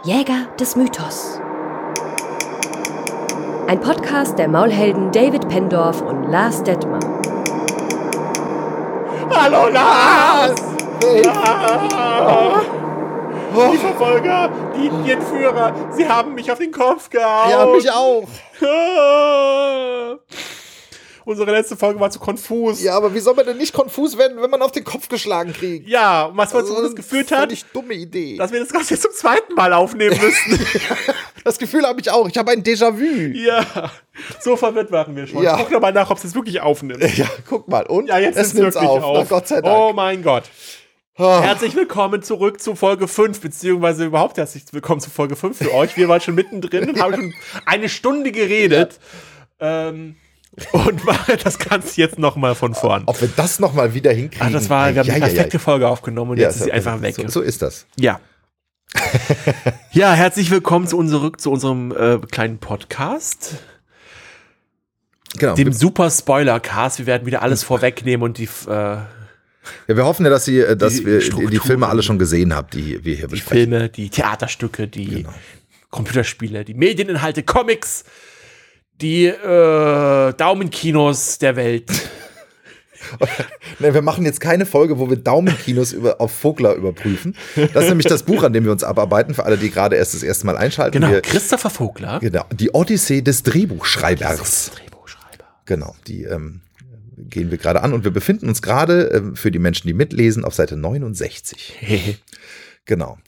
Jäger des Mythos. Ein Podcast der Maulhelden David Pendorf und Lars Detmer. Hallo Lars! Die Verfolger, die Entführer, sie haben mich auf den Kopf gehauen. Ja, mich auch. Unsere letzte Folge war zu konfus. Ja, aber wie soll man denn nicht konfus werden, wenn man auf den Kopf geschlagen kriegt? Ja, und was uns geführt hat, völlig dumme Idee. dass wir das Ganze jetzt zum zweiten Mal aufnehmen müssen. Das Gefühl habe ich auch. Ich habe ein Déjà-vu. Ja, so verwirrt waren wir schon. Ja. Guck doch mal nach, ob es jetzt wirklich aufnimmt. Ja, guck mal. Und Ja, jetzt es nimmt es nimmt's wirklich auf. Na, Gott sei Dank. Oh mein Gott. Ah. Herzlich willkommen zurück zu Folge 5, beziehungsweise überhaupt herzlich willkommen zu Folge 5 für euch. Wir waren schon mittendrin und haben schon eine Stunde geredet. Und machen das Ganze jetzt nochmal von vorn. Ob wir das nochmal wieder hinkriegen. Wir haben die perfekte Folge aufgenommen und jetzt ist sie einfach weg. So ist das. Ja. Ja, herzlich willkommen zu unserem kleinen Podcast. Genau. Dem Super Spoiler-Cast. Wir werden wieder alles vorwegnehmen und Ja, wir hoffen ja, dass ihr die Strukturen, Filme alle schon gesehen habt, die wir hier die besprechen. Filme, die Theaterstücke, die Genau. Computerspiele, die Medieninhalte, Comics, die Daumenkinos der Welt. Nee, wir machen jetzt keine Folge, wo wir Daumenkinos auf Vogler überprüfen. Das ist nämlich das Buch, an dem wir uns abarbeiten, für alle, die gerade erst das erste Mal einschalten. Genau, Christopher Vogler. Genau, die Odyssee des Drehbuchschreibers. Genau, die gehen wir gerade an und wir befinden uns gerade, für die Menschen, die mitlesen, auf Seite 69. Genau.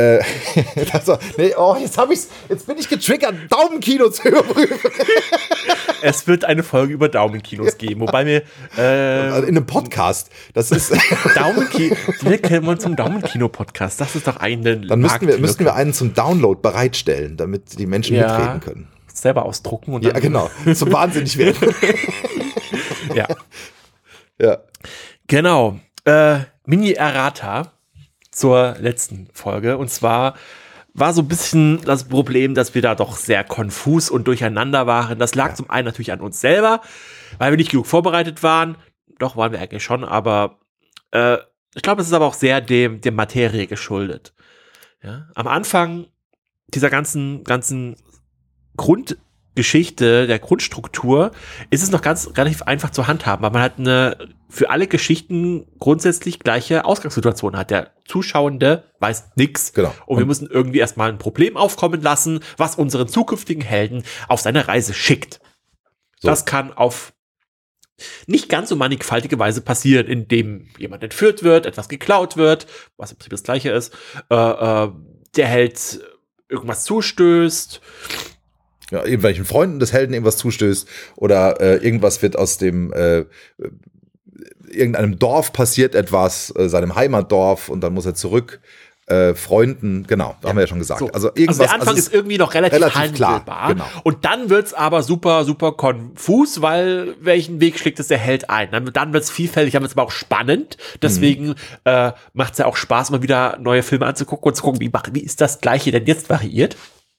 Jetzt bin ich getriggert, Daumenkino zu überprüfen. Es wird eine Folge über Daumenkinos geben, wobei wir In einem Podcast. Das ist Daumenkino. Wir kennen uns zum Daumenkino-Podcast. Das ist doch eine. Dann müssten wir einen zum Download bereitstellen, damit die Menschen mitreden können. Selber ausdrucken und Ja, dann, genau. Zum wahnsinnig werden. ja. Ja. Genau. Mini-Errata zur letzten Folge. Und zwar war so ein bisschen das Problem, dass wir da doch sehr konfus und durcheinander waren. Das lag zum einen natürlich an uns selber, weil wir nicht genug vorbereitet waren. Doch, waren wir eigentlich schon, aber ich glaube, es ist aber auch sehr der Materie geschuldet. Ja? Am Anfang dieser ganzen Grundgeschichte, der Grundstruktur, ist es noch relativ einfach zu handhaben, aber man hat für alle Geschichten grundsätzlich gleiche Ausgangssituation hat. Der Zuschauende weiß nichts. Genau. Und wir müssen irgendwie erstmal ein Problem aufkommen lassen, was unseren zukünftigen Helden auf seine Reise schickt. So. Das kann auf nicht ganz so mannigfaltige Weise passieren, indem jemand entführt wird, etwas geklaut wird, was im Prinzip das Gleiche ist, der Held irgendwas zustößt, Ja, irgendwelchen Freunden des Helden irgendwas zustößt oder irgendwas wird aus dem irgendeinem Dorf passiert etwas, seinem Heimatdorf und dann muss er zurück. Freunden, genau, haben wir ja schon gesagt. So. Also irgendwas. Der Anfang ist irgendwie noch relativ handelbar. Klar, genau. Und dann wird's aber super, super konfus, weil welchen Weg schlägt es der Held ein? Dann wird's vielfältig, dann wird's aber auch spannend. Deswegen macht's ja auch Spaß, mal wieder neue Filme anzugucken und zu gucken, wie ist das Gleiche denn jetzt variiert?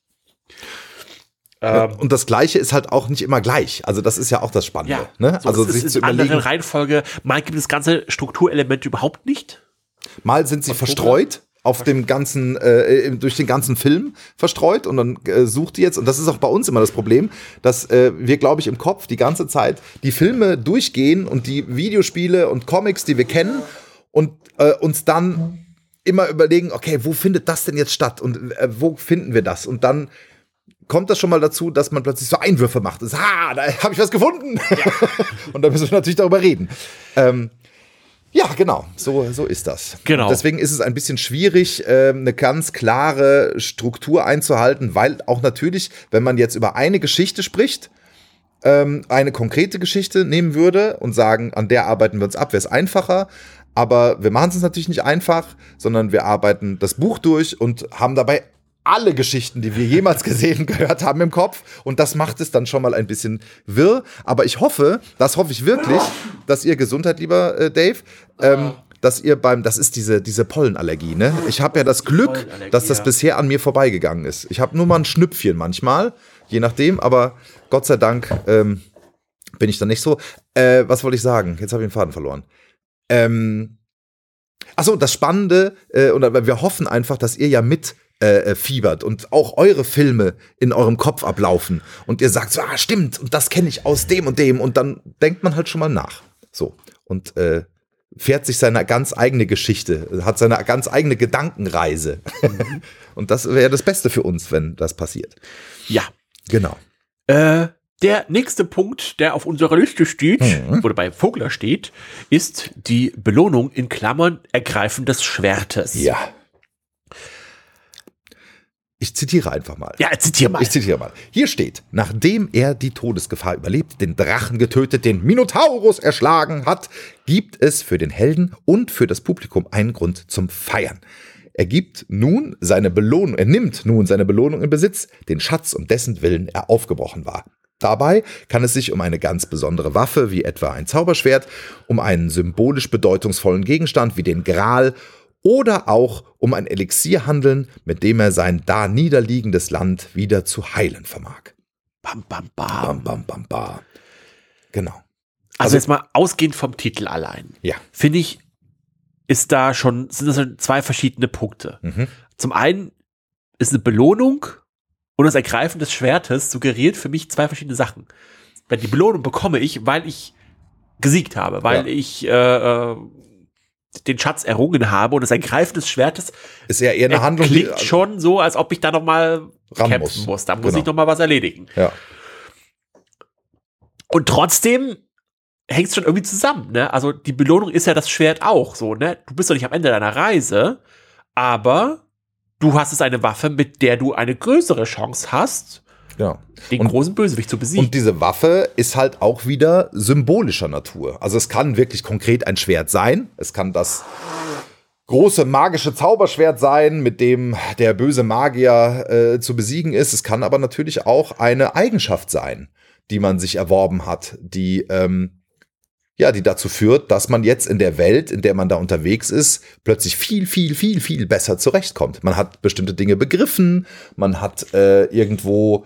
Und das Gleiche ist halt auch nicht immer gleich. Also das ist ja auch das Spannende. Ja, Ne? so, Also es sich ist zu in anderen überlegen, Reihenfolge. Mal gibt es ganze Strukturelemente überhaupt nicht. mal sind sie verstreut auf dem ganzen, durch den ganzen Film verstreut und dann sucht die jetzt, und das ist auch bei uns immer das Problem, dass wir, glaube ich, im Kopf die ganze Zeit die Filme durchgehen und die Videospiele und Comics, die wir kennen und uns dann immer überlegen, okay, wo findet das denn jetzt statt und wo finden wir das? Und dann kommt das schon mal dazu, dass man plötzlich so Einwürfe macht. Da habe ich was gefunden. Ja. Und da müssen wir natürlich darüber reden. Ja, genau, so ist das. Genau. Und deswegen ist es ein bisschen schwierig, eine ganz klare Struktur einzuhalten, weil auch natürlich, wenn man jetzt über eine Geschichte spricht, eine konkrete Geschichte nehmen würde und sagen, an der arbeiten wir uns ab, wäre es einfacher. Aber wir machen es uns natürlich nicht einfach, sondern wir arbeiten das Buch durch und haben dabei alle Geschichten, die wir jemals gesehen, gehört haben im Kopf. Und das macht es dann schon mal ein bisschen wirr. Aber ich hoffe, das hoffe ich wirklich, dass ihr, Gesundheit, lieber Dave, dass ihr das ist diese Pollenallergie, ne? Ich habe ja das Glück, dass das bisher an mir vorbeigegangen ist. Ich habe nur mal ein Schnüpfchen manchmal, je nachdem, aber Gott sei Dank bin ich dann nicht so. Was wollte ich sagen? Jetzt habe ich den Faden verloren. Achso, das Spannende, wir hoffen einfach, dass ihr ja mit fiebert und auch eure Filme in eurem Kopf ablaufen und ihr sagt so, stimmt, und das kenne ich aus dem und dann denkt man halt schon mal nach. So, und fährt sich seine ganz eigene Geschichte, hat seine ganz eigene Gedankenreise. Und das wäre das Beste für uns, wenn das passiert. Ja. Genau. Der nächste Punkt, der auf unserer Liste steht, oder bei Vogler steht, ist die Belohnung in Klammern Ergreifen des Schwertes. Ja. Ich zitiere einfach mal. Ja, zitiere mal. Ich zitiere mal. Hier steht, nachdem er die Todesgefahr überlebt, den Drachen getötet, den Minotaurus erschlagen hat, gibt es für den Helden und für das Publikum einen Grund zum Feiern. Er nimmt nun seine Belohnung in Besitz, den Schatz, um dessen Willen er aufgebrochen war. Dabei kann es sich um eine ganz besondere Waffe, wie etwa ein Zauberschwert, um einen symbolisch bedeutungsvollen Gegenstand wie den Gral oder auch um ein Elixier handeln, mit dem er sein da niederliegendes Land wieder zu heilen vermag. Bam, bam, bam. Bam, bam, bam, bam. Genau. Also jetzt mal ausgehend vom Titel allein. Ja. Finde ich, sind das schon zwei verschiedene Punkte. Zum einen ist eine Belohnung und das Ergreifen des Schwertes suggeriert für mich zwei verschiedene Sachen. Die Belohnung bekomme ich, weil ich gesiegt habe, weil ich den Schatz errungen habe, und das Ergreifen des Schwertes ist ja eher eine Handlung, klingt schon so, als ob ich da noch mal kämpfen muss. Da muss ich noch mal was erledigen. Ja. Und trotzdem hängt es schon irgendwie zusammen, ne? Also die Belohnung ist ja das Schwert auch so, ne? Du bist doch nicht am Ende deiner Reise, aber du hast es eine Waffe, mit der du eine größere Chance hast, den großen Bösewicht zu besiegen. Und diese Waffe ist halt auch wieder symbolischer Natur. Also es kann wirklich konkret ein Schwert sein. Es kann das große magische Zauberschwert sein, mit dem der böse Magier zu besiegen ist. Es kann aber natürlich auch eine Eigenschaft sein, die man sich erworben hat, die dazu führt, dass man jetzt in der Welt, in der man da unterwegs ist, plötzlich viel, viel, viel, viel besser zurechtkommt. Man hat bestimmte Dinge begriffen, man hat irgendwo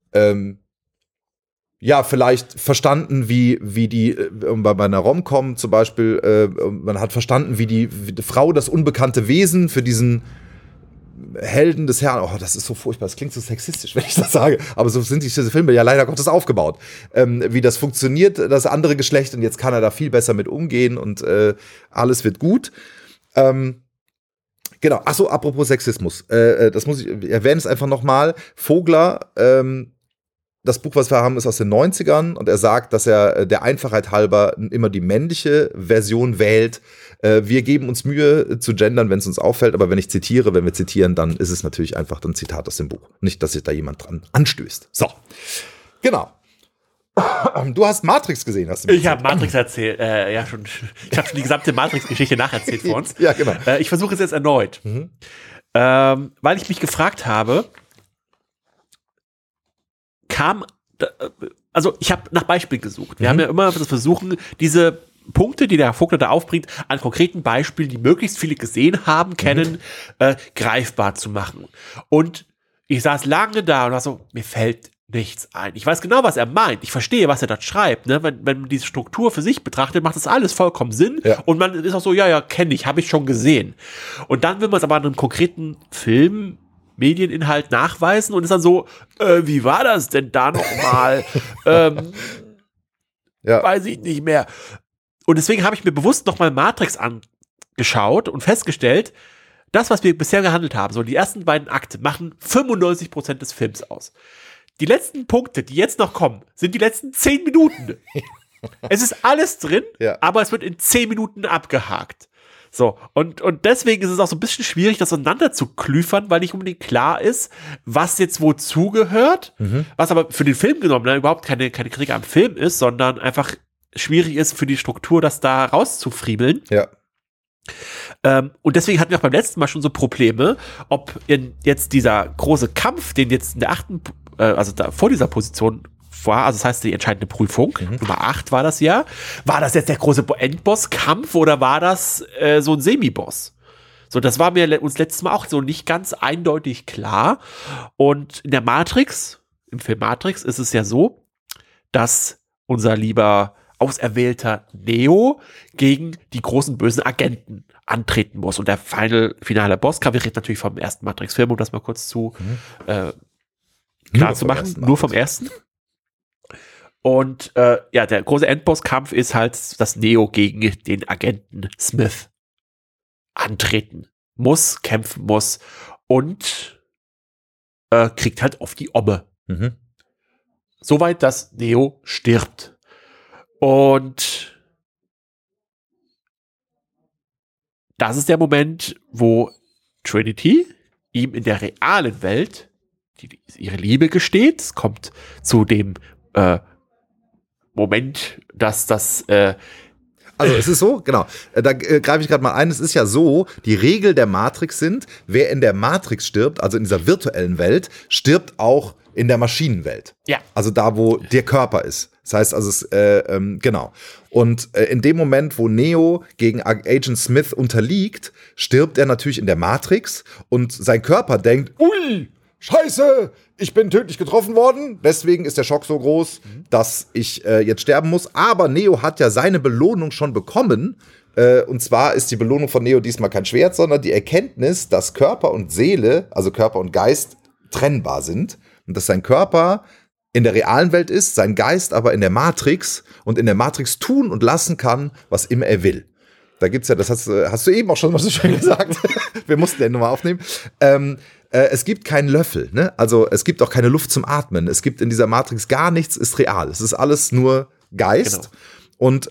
vielleicht verstanden, wie die, bei einer Rom-Com zum Beispiel, man hat verstanden, wie die Frau das unbekannte Wesen für diesen Helden des Herrn, das ist so furchtbar, das klingt so sexistisch, wenn ich das sage, aber so sind diese Filme ja leider Gottes aufgebaut. Wie das funktioniert, das andere Geschlecht, und jetzt kann er da viel besser mit umgehen und alles wird gut. Genau, achso, apropos Sexismus, das muss ich erwähnen, es einfach nochmal. Vogler, das Buch, was wir haben, ist aus den 90ern, und er sagt, dass er der Einfachheit halber immer die männliche Version wählt. Wir geben uns Mühe zu gendern, wenn es uns auffällt, aber wenn wir zitieren, dann ist es natürlich einfach ein Zitat aus dem Buch. Nicht, dass sich da jemand dran anstößt. So, genau. Du hast Matrix gesehen, hast du mir Ich habe Matrix erzählt, ich habe schon die gesamte Matrix-Geschichte nacherzählt vor uns. Ja, genau. Ich versuche es jetzt erneut, weil ich mich gefragt habe, ich habe nach Beispielen gesucht. Wir haben ja immer das Versuchen, diese Punkte, die der Vogler da aufbringt, an konkreten Beispielen, die möglichst viele gesehen haben, kennen, greifbar zu machen. Und ich saß lange da und war so, mir fällt nichts ein. Ich weiß genau, was er meint. Ich verstehe, was er dort schreibt. Ne? Wenn man diese Struktur für sich betrachtet, macht das alles vollkommen Sinn. Ja. Und man ist auch so, ja, kenne ich, habe ich schon gesehen. Und dann will man es aber an einem konkreten Film, Medieninhalt nachweisen und ist dann so, wie war das denn da nochmal? Weiß ich nicht mehr. Und deswegen habe ich mir bewusst nochmal Matrix angeschaut und festgestellt, das, was wir bisher gehandelt haben, so die ersten beiden Akte, machen 95% des Films aus. Die letzten Punkte, die jetzt noch kommen, sind die letzten 10 Minuten. Es ist alles drin, aber es wird in 10 Minuten abgehakt. So, und deswegen ist es auch so ein bisschen schwierig, das auseinander zu klüfern, weil nicht unbedingt klar ist, was jetzt wozu gehört, was aber für den Film genommen überhaupt keine Kritik am Film ist, sondern einfach schwierig ist für die Struktur, das da rauszufriemeln. Ja. Und deswegen hatten wir auch beim letzten Mal schon so Probleme, ob jetzt dieser große Kampf, den jetzt in der 8., also da vor dieser Position war, also das heißt die entscheidende Prüfung, Nummer 8 war das ja, war das jetzt der große Endboss-Kampf oder war das so ein Semi-Boss? So, das war mir uns letztes Mal auch so nicht ganz eindeutig klar. Und in der Matrix, im Film Matrix, ist es ja so, dass unser lieber auserwählter Neo gegen die großen bösen Agenten antreten muss. Und der finale Bosskampf, wir reden natürlich vom ersten Matrix-Film, um das mal kurz zu klar zu machen, nur vom ersten. Und der große Endbosskampf ist halt, dass Neo gegen den Agenten Smith antreten muss, kämpfen muss und kriegt halt auf die Omme. Soweit, dass Neo stirbt. Und das ist der Moment, wo Trinity ihm in der realen Welt ihre Liebe gesteht. Es kommt zu dem Moment, dass das also es ist so, genau, da greife ich gerade mal ein, es ist ja so, die Regel der Matrix sind, wer in der Matrix stirbt, also in dieser virtuellen Welt, stirbt auch in der Maschinenwelt. Ja. Also da, wo der Körper ist. Das heißt also, genau. Und in dem Moment, wo Neo gegen Agent Smith unterliegt, stirbt er natürlich in der Matrix und sein Körper denkt, ui, Scheiße, ich bin tödlich getroffen worden, deswegen ist der Schock so groß, dass ich jetzt sterben muss. Aber Neo hat ja seine Belohnung schon bekommen. Und zwar ist die Belohnung von Neo diesmal kein Schwert, sondern die Erkenntnis, dass Körper und Seele, also Körper und Geist, trennbar sind. Und dass sein Körper in der realen Welt ist, sein Geist aber in der Matrix und in der Matrix tun und lassen kann, was immer er will. Da gibt's ja, das hast du eben auch schon mal so schön gesagt. Wir mussten den nochmal aufnehmen. Es gibt keinen Löffel, ne? Also es gibt auch keine Luft zum Atmen. Es gibt in dieser Matrix gar nichts, ist real. Es ist alles nur Geist. Genau. Und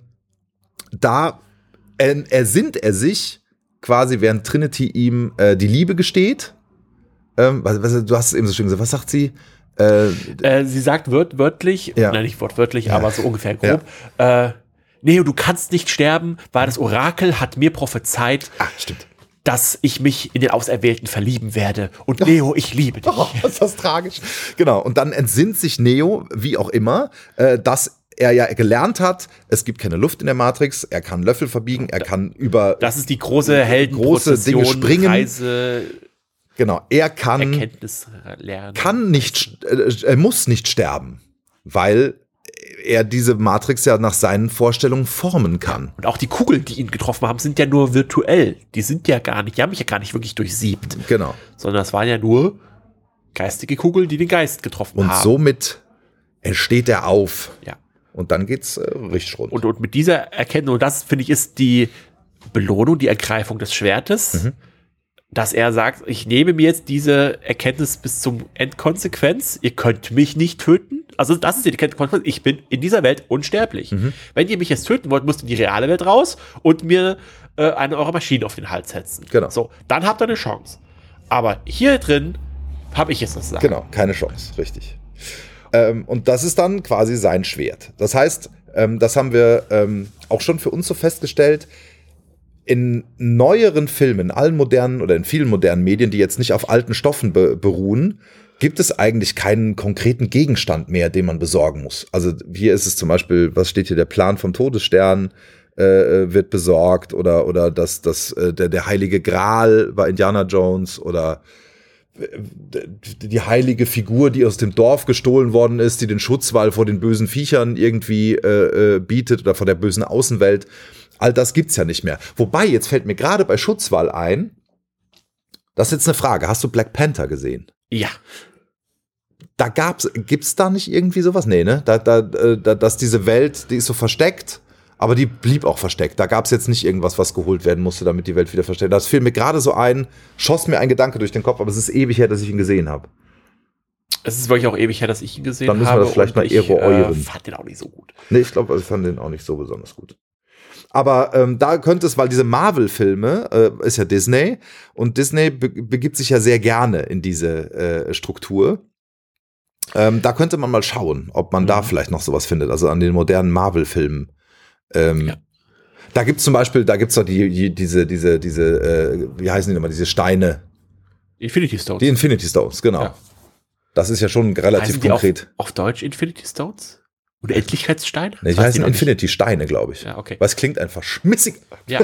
da ersinnt er sich quasi, während Trinity ihm die Liebe gesteht. Du hast es eben so schön gesagt. Was sagt sie? Sie sagt wörtlich, nein, nicht wortwörtlich, aber so ungefähr grob. Ja. Neo, du kannst nicht sterben, weil das Orakel hat mir prophezeit, dass ich mich in den Auserwählten verlieben werde. Und Neo, ich liebe dich. Oh, ist das tragisch. Genau, und dann entsinnt sich Neo, wie auch immer, dass er ja gelernt hat, es gibt keine Luft in der Matrix, er kann Löffel verbiegen, er kann über das ist die große Heldenprozession, große Dinge springen. Reise, genau, er kann Erkenntnis lernen. Er muss nicht sterben, weil er diese Matrix ja nach seinen Vorstellungen formen kann. Und auch die Kugeln, die ihn getroffen haben, sind ja nur virtuell. Die haben mich ja gar nicht wirklich durchsiebt. Genau. Sondern das waren ja nur geistige Kugeln, die den Geist getroffen haben. Und somit steht er auf. Ja. Und dann geht's richtig rund. Und mit dieser Erkenntnis, und das, finde ich, ist die Belohnung, die Ergreifung des Schwertes, dass er sagt, ich nehme mir jetzt diese Erkenntnis bis zum Endkonsequenz, ihr könnt mich nicht töten. Also das ist die Konsequenz, ich bin in dieser Welt unsterblich. Wenn ihr mich jetzt töten wollt, müsst ihr in die reale Welt raus und mir eine eurer Maschinen auf den Hals setzen. Genau. So, dann habt ihr eine Chance. Aber hier drin habe ich jetzt das Sagen. Genau, keine Chance, richtig. Und das ist dann quasi sein Schwert. Das heißt, das haben wir auch schon für uns so festgestellt, in neueren Filmen, allen modernen oder in vielen modernen Medien, die jetzt nicht auf alten Stoffen beruhen, gibt es eigentlich keinen konkreten Gegenstand mehr, den man besorgen muss. Also hier ist es zum Beispiel, was steht hier, der Plan vom Todesstern wird besorgt oder der heilige Gral bei Indiana Jones oder die heilige Figur, die aus dem Dorf gestohlen worden ist, die den Schutzwall vor den bösen Viechern irgendwie bietet oder vor der bösen Außenwelt. All das gibt's ja nicht mehr. Wobei, jetzt fällt mir gerade bei Schutzwall ein, das ist jetzt eine Frage, hast du Black Panther gesehen? Ja. Gibt's da nicht irgendwie sowas? Nee, ne? Dass diese Welt, die ist so versteckt, aber die blieb auch versteckt. Da gab's jetzt nicht irgendwas, was geholt werden musste, damit die Welt wieder versteckt. Das fiel mir gerade so ein, schoss mir ein Gedanke durch den Kopf, aber es ist ewig her, dass ich ihn gesehen habe. Es ist wirklich auch ewig her, dass ich ihn gesehen habe. Dann müssen wir das vielleicht mal eruieren. Ich fand den auch nicht so gut. Nee, ich glaube, ich fand den auch nicht so besonders gut. Aber da könnte es, weil diese Marvel-Filme ist ja Disney und Disney begibt sich ja sehr gerne in diese Struktur. Da könnte man mal schauen, ob man da vielleicht noch sowas findet, also an den modernen Marvel-Filmen. Da gibt's zum Beispiel, da gibt's doch diese, wie heißen die nochmal, diese Steine? Infinity Stones. Die Infinity Stones, genau. Ja. Das ist ja schon relativ konkret. Auf Deutsch Infinity Stones? Oder Endlichkeitssteine? Nee, die heißen Infinity-Steine, glaube ich. Ja, okay. Weil es klingt einfach schmissig. Ja.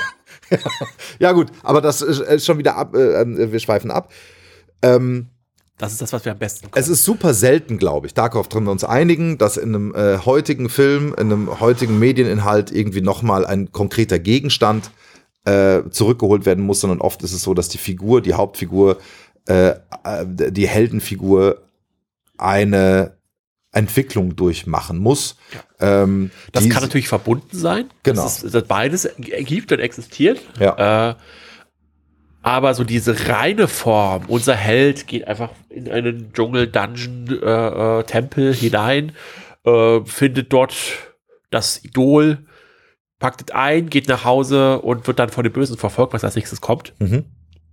Ja, gut, aber das ist schon wieder ab, wir schweifen ab. Das ist das, was wir am besten können. Es ist super selten, glaube ich, darauf können wir uns einigen, dass in einem heutigen Film, in einem heutigen Medieninhalt irgendwie nochmal ein konkreter Gegenstand zurückgeholt werden muss, sondern oft ist es so, dass die Hauptfigur, die Heldenfigur eine Entwicklung durchmachen muss. Ja. Das kann natürlich verbunden sein, genau. dass es beides gibt und existiert. Ja. Aber so diese reine Form, unser Held geht einfach in einen Dschungel-Dungeon Tempel hinein, findet dort das Idol, packt es ein, geht nach Hause und wird dann von den Bösen verfolgt, was als nächstes kommt. Mhm.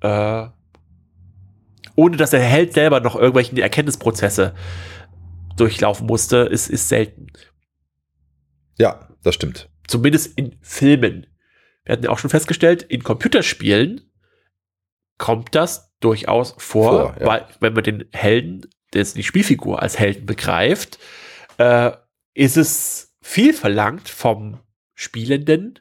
Ohne dass der Held selber noch irgendwelche Erkenntnisprozesse durchlaufen musste, ist selten. Ja, das stimmt. Zumindest in Filmen. Wir hatten ja auch schon festgestellt, in Computerspielen kommt das durchaus vor, ja. Weil wenn man den Helden, die Spielfigur als Helden begreift, ist es viel verlangt vom Spielenden,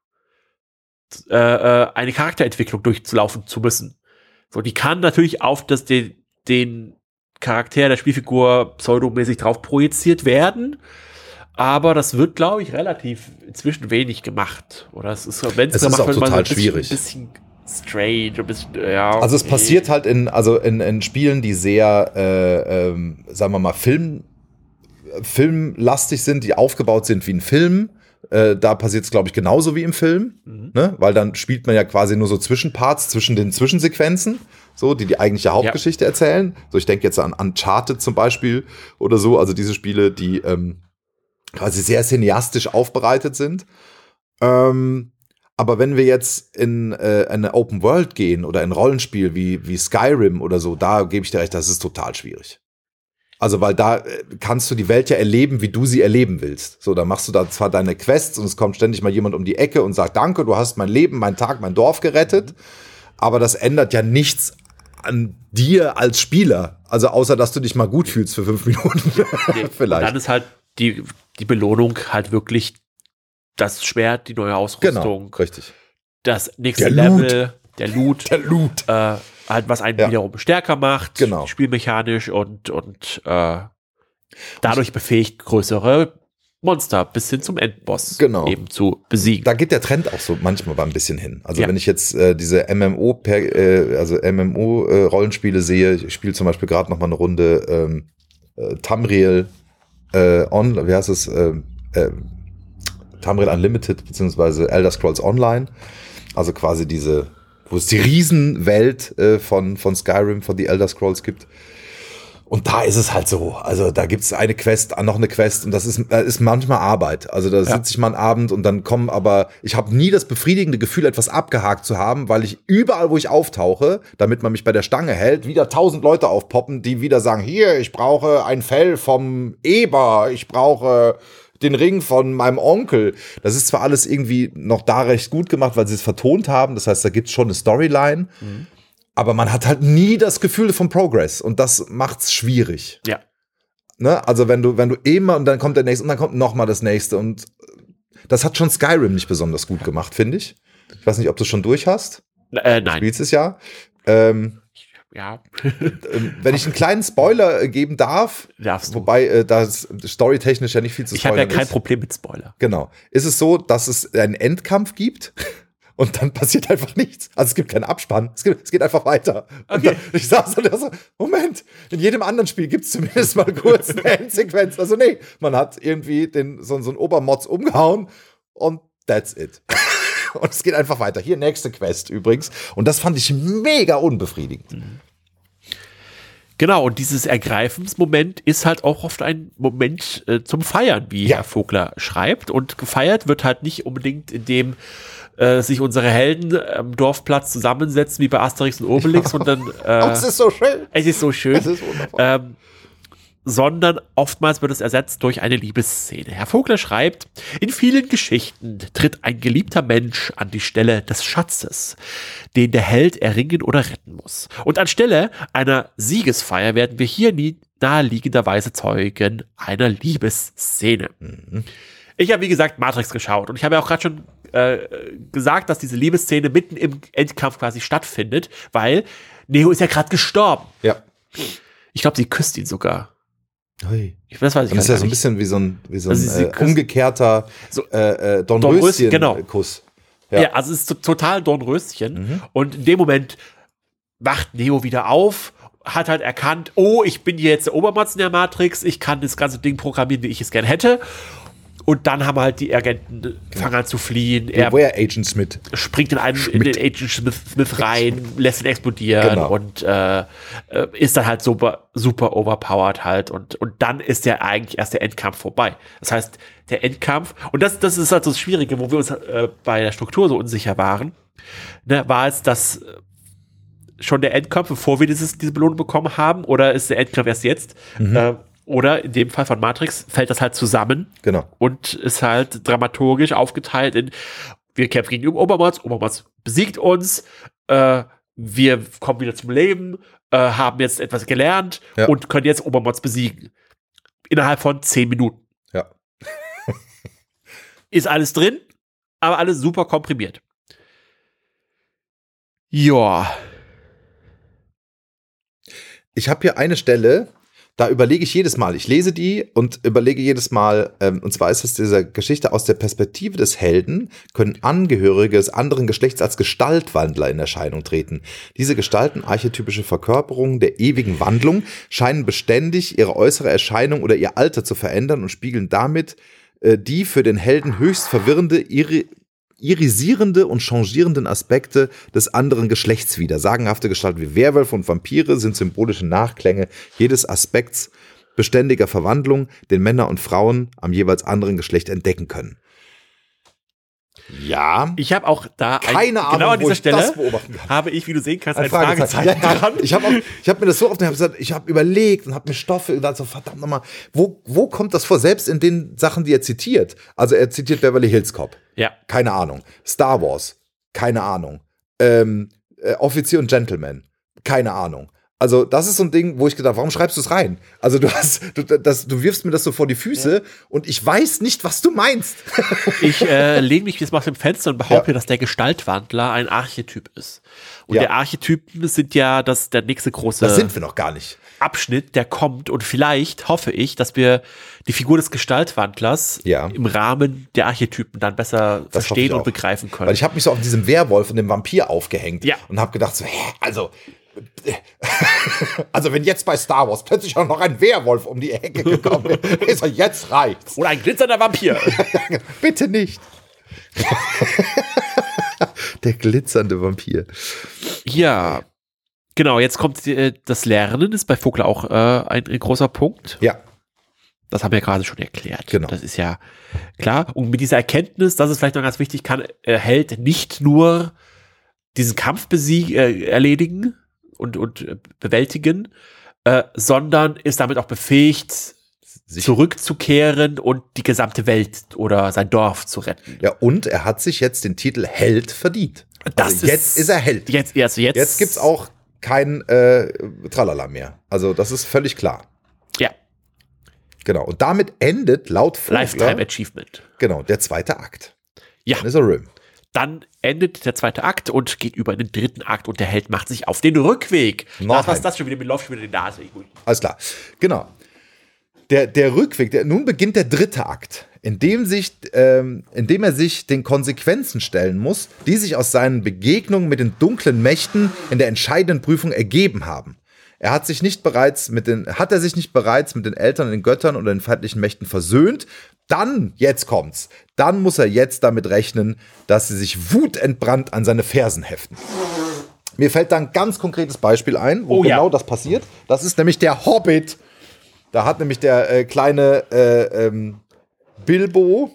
eine Charakterentwicklung durchlaufen zu müssen. So, die kann natürlich auf den Charakter der Spielfigur pseudomäßig drauf projiziert werden, aber das wird, glaube ich, relativ inzwischen wenig gemacht. Oder es ist, wenn es gemacht wird, auch total schwierig. Ein bisschen strange, ein bisschen, ja. Okay. Also es passiert halt in Spielen, die sehr, sagen wir mal, filmlastig sind, die aufgebaut sind wie ein Film. Da passiert es, glaube ich, genauso wie im Film, ne? Weil dann spielt man ja quasi nur so Zwischenparts zwischen den Zwischensequenzen, so, die eigentliche Hauptgeschichte erzählen. So, ich denke jetzt an Uncharted zum Beispiel oder so, also diese Spiele, die quasi sehr cineastisch aufbereitet sind. Aber wenn wir jetzt in eine Open World gehen oder in ein Rollenspiel wie Skyrim oder so, da gebe ich dir recht, das ist total schwierig. Also, weil da kannst du die Welt ja erleben, wie du sie erleben willst. So, da machst du da zwar deine Quests und es kommt ständig mal jemand um die Ecke und sagt, danke, du hast mein Leben, meinen Tag, mein Dorf gerettet. Aber das ändert ja nichts an dir als Spieler. Also, außer, dass du dich mal gut fühlst für 5 Minuten. Vielleicht. Und dann ist halt die Belohnung halt wirklich das Schwert, die neue Ausrüstung. Genau, richtig. Das nächste Level, der Loot. Halt, was einen wiederum stärker macht, genau. Spielmechanisch und dadurch befähigt, größere Monster bis hin zum Endboss eben zu besiegen. Da geht der Trend auch so manchmal ein bisschen hin. Also wenn ich jetzt diese MMO-Rollenspiele sehe, ich spiele zum Beispiel gerade noch mal eine Runde Tamriel wie heißt es? Tamriel Unlimited beziehungsweise Elder Scrolls Online. Also quasi wo es die Riesenwelt von Skyrim, von die Elder Scrolls gibt. Und da ist es halt so. Also da gibt es eine Quest, noch eine Quest und das ist manchmal Arbeit. Also da sitze ich mal einen Abend und dann ich habe nie das befriedigende Gefühl, etwas abgehakt zu haben, weil ich überall, wo ich auftauche, damit man mich bei der Stange hält, wieder 1000 Leute aufpoppen, die wieder sagen, hier, ich brauche ein Fell vom Eber, ich brauche den Ring von meinem Onkel. Das ist zwar alles irgendwie noch da recht gut gemacht, weil sie es vertont haben. Das heißt, da gibt es schon eine Storyline. Aber man hat halt nie das Gefühl von Progress. Und das macht's schwierig. Ja. Ne? Also wenn du immer und dann kommt der nächste und dann kommt noch mal das nächste. Und das hat schon Skyrim nicht besonders gut gemacht, finde ich. Ich weiß nicht, ob du schon durch hast. Nein. Du spielst es ja. Ja. Wenn ich einen kleinen Spoiler geben darf, wobei das storytechnisch ja nicht viel zu spoilern ist. Ich habe ja kein Problem mit Spoiler. Genau. Ist es so, dass es einen Endkampf gibt und dann passiert einfach nichts. Also es gibt keinen Abspann. Es geht einfach weiter. Okay. Und dann, ich saß und so, Moment, in jedem anderen Spiel gibt es zumindest mal kurz eine Endsequenz. Also nee, man hat irgendwie so einen Obermods umgehauen und that's it. Und es geht einfach weiter. Hier, nächste Quest übrigens. Und das fand ich mega unbefriedigend. Genau, und dieses Ergreifensmoment ist halt auch oft ein Moment zum Feiern, wie Herr Vogler schreibt. Und gefeiert wird halt nicht unbedingt, indem sich unsere Helden am Dorfplatz zusammensetzen, wie bei Asterix und Obelix. Und dann, es ist so schön. Es ist so schön. Es ist wundervoll. Sondern oftmals wird es ersetzt durch eine Liebesszene. Herr Vogler schreibt, in vielen Geschichten tritt ein geliebter Mensch an die Stelle des Schatzes, den der Held erringen oder retten muss. Und anstelle einer Siegesfeier werden wir hier naheliegenderweise Zeugen einer Liebesszene. Ich habe, wie gesagt, Matrix geschaut und ich habe ja auch gerade schon gesagt, dass diese Liebesszene mitten im Endkampf quasi stattfindet, weil Neo ist ja gerade gestorben. Ja. Ich glaube, sie küsst ihn sogar. Ui. Das weiß ich das ist ja so ein bisschen wie so ein umgekehrter Dornröschen-Kuss. Genau. Ja, also es ist total Dornröschen. Und in dem Moment wacht Neo wieder auf, hat halt erkannt, oh, ich bin hier jetzt der Obermatz in der Matrix, ich kann das ganze Ding programmieren, wie ich es gerne hätte. Und dann haben halt die Agenten fangen an zu fliehen. Beware Agent Smith. Springt in den Agent Smith rein, lässt ihn explodieren und ist dann halt super overpowered halt. Und dann ist ja eigentlich erst der Endkampf vorbei. Das heißt, der Endkampf, und das ist halt so das Schwierige, wo wir uns bei der Struktur so unsicher waren, ne, war es, dass schon der Endkampf, bevor wir diese Belohnung bekommen haben, oder ist der Endkampf erst jetzt? Oder in dem Fall von Matrix fällt das halt zusammen. Genau. Und ist halt dramaturgisch aufgeteilt in, wir kämpfen gegen Obermatz besiegt uns, wir kommen wieder zum Leben, haben jetzt etwas gelernt und können jetzt Obermatz besiegen. Innerhalb von 10 Minuten. Ja. Ist alles drin, aber alles super komprimiert. Ja. Ich habe hier eine Stelle, da überlege ich jedes Mal, ich lese die und überlege jedes Mal, und zwar ist es diese Geschichte: Aus der Perspektive des Helden können Angehörige des anderen Geschlechts als Gestaltwandler in Erscheinung treten. Diese Gestalten, archetypische Verkörperungen der ewigen Wandlung, scheinen beständig ihre äußere Erscheinung oder ihr Alter zu verändern und spiegeln damit die für den Helden höchst verwirrende, irisierende und changierenden Aspekte des anderen Geschlechts wider. Sagenhafte Gestalten wie Werwölfe und Vampire sind symbolische Nachklänge jedes Aspekts beständiger Verwandlung, den Männer und Frauen am jeweils anderen Geschlecht entdecken können. Ja. Ich habe auch da keine Ahnung, genau an dieser Stelle das beobachten kann. habe ich, wie du sehen kannst, ein Fragezeichen dran. Ich habe mir das so oft gesagt, ich habe überlegt und habe mir Stoffe gedacht, so verdammt nochmal, wo kommt das vor? Selbst in den Sachen, die er zitiert. Also er zitiert Beverly Hills Cop. Ja. Keine Ahnung. Star Wars. Keine Ahnung. Offizier und Gentleman. Keine Ahnung. Also das ist so ein Ding, wo ich gedacht, warum schreibst du es rein? Also du wirfst mir das so vor die Füße und ich weiß nicht, was du meinst. Ich lehne mich jetzt mal aus dem Fenster und behaupte, dass der Gestaltwandler ein Archetyp ist. Und der Archetypen sind ja der nächste große Das sind wir noch gar nicht. Abschnitt, der kommt. Und vielleicht hoffe ich, dass wir die Figur des Gestaltwandlers im Rahmen der Archetypen dann besser verstehen und begreifen können. Weil ich habe mich so auf diesem Werwolf und dem Vampir aufgehängt und habe gedacht, so, also wenn jetzt bei Star Wars plötzlich auch noch ein Werwolf um die Ecke gekommen ist, jetzt reicht's. Oder ein glitzernder Vampir. Bitte nicht. Der glitzernde Vampir. Ja, genau, jetzt kommt das Lernen, ist bei Vogler auch ein großer Punkt. Ja. Das haben wir gerade schon erklärt. Genau. Das ist ja klar. Und mit dieser Erkenntnis, das ist vielleicht noch ganz wichtig, kann Held nicht nur diesen Kampf erledigen und bewältigen, sondern ist damit auch befähigt, zurückzukehren und die gesamte Welt oder sein Dorf zu retten. Ja, und er hat sich jetzt den Titel Held verdient. Also jetzt ist er Held. Jetzt gibt's auch kein Tralala mehr. Also das ist völlig klar. Ja. Genau. Und damit endet laut Vogler Lifetime Achievement. Genau, der zweite Akt. Ja. Dann ist er Rim. Dann endet der zweite Akt und geht über in den dritten Akt und der Held macht sich auf den Rückweg. Was ist das schon wieder? Mir läuft schon wieder die Nase. Alles klar. Genau. Der Rückweg, nun beginnt der dritte Akt, in dem er sich den Konsequenzen stellen muss, die sich aus seinen Begegnungen mit den dunklen Mächten in der entscheidenden Prüfung ergeben haben. Hat er sich nicht bereits mit den Eltern und den Göttern oder den feindlichen Mächten versöhnt, dann, jetzt kommt's, dann muss er jetzt damit rechnen, dass sie sich wutentbrannt an seine Fersen heften. Mir fällt da ein ganz konkretes Beispiel ein, wo das passiert. Das ist nämlich der Hobbit. Da hat nämlich der kleine Bilbo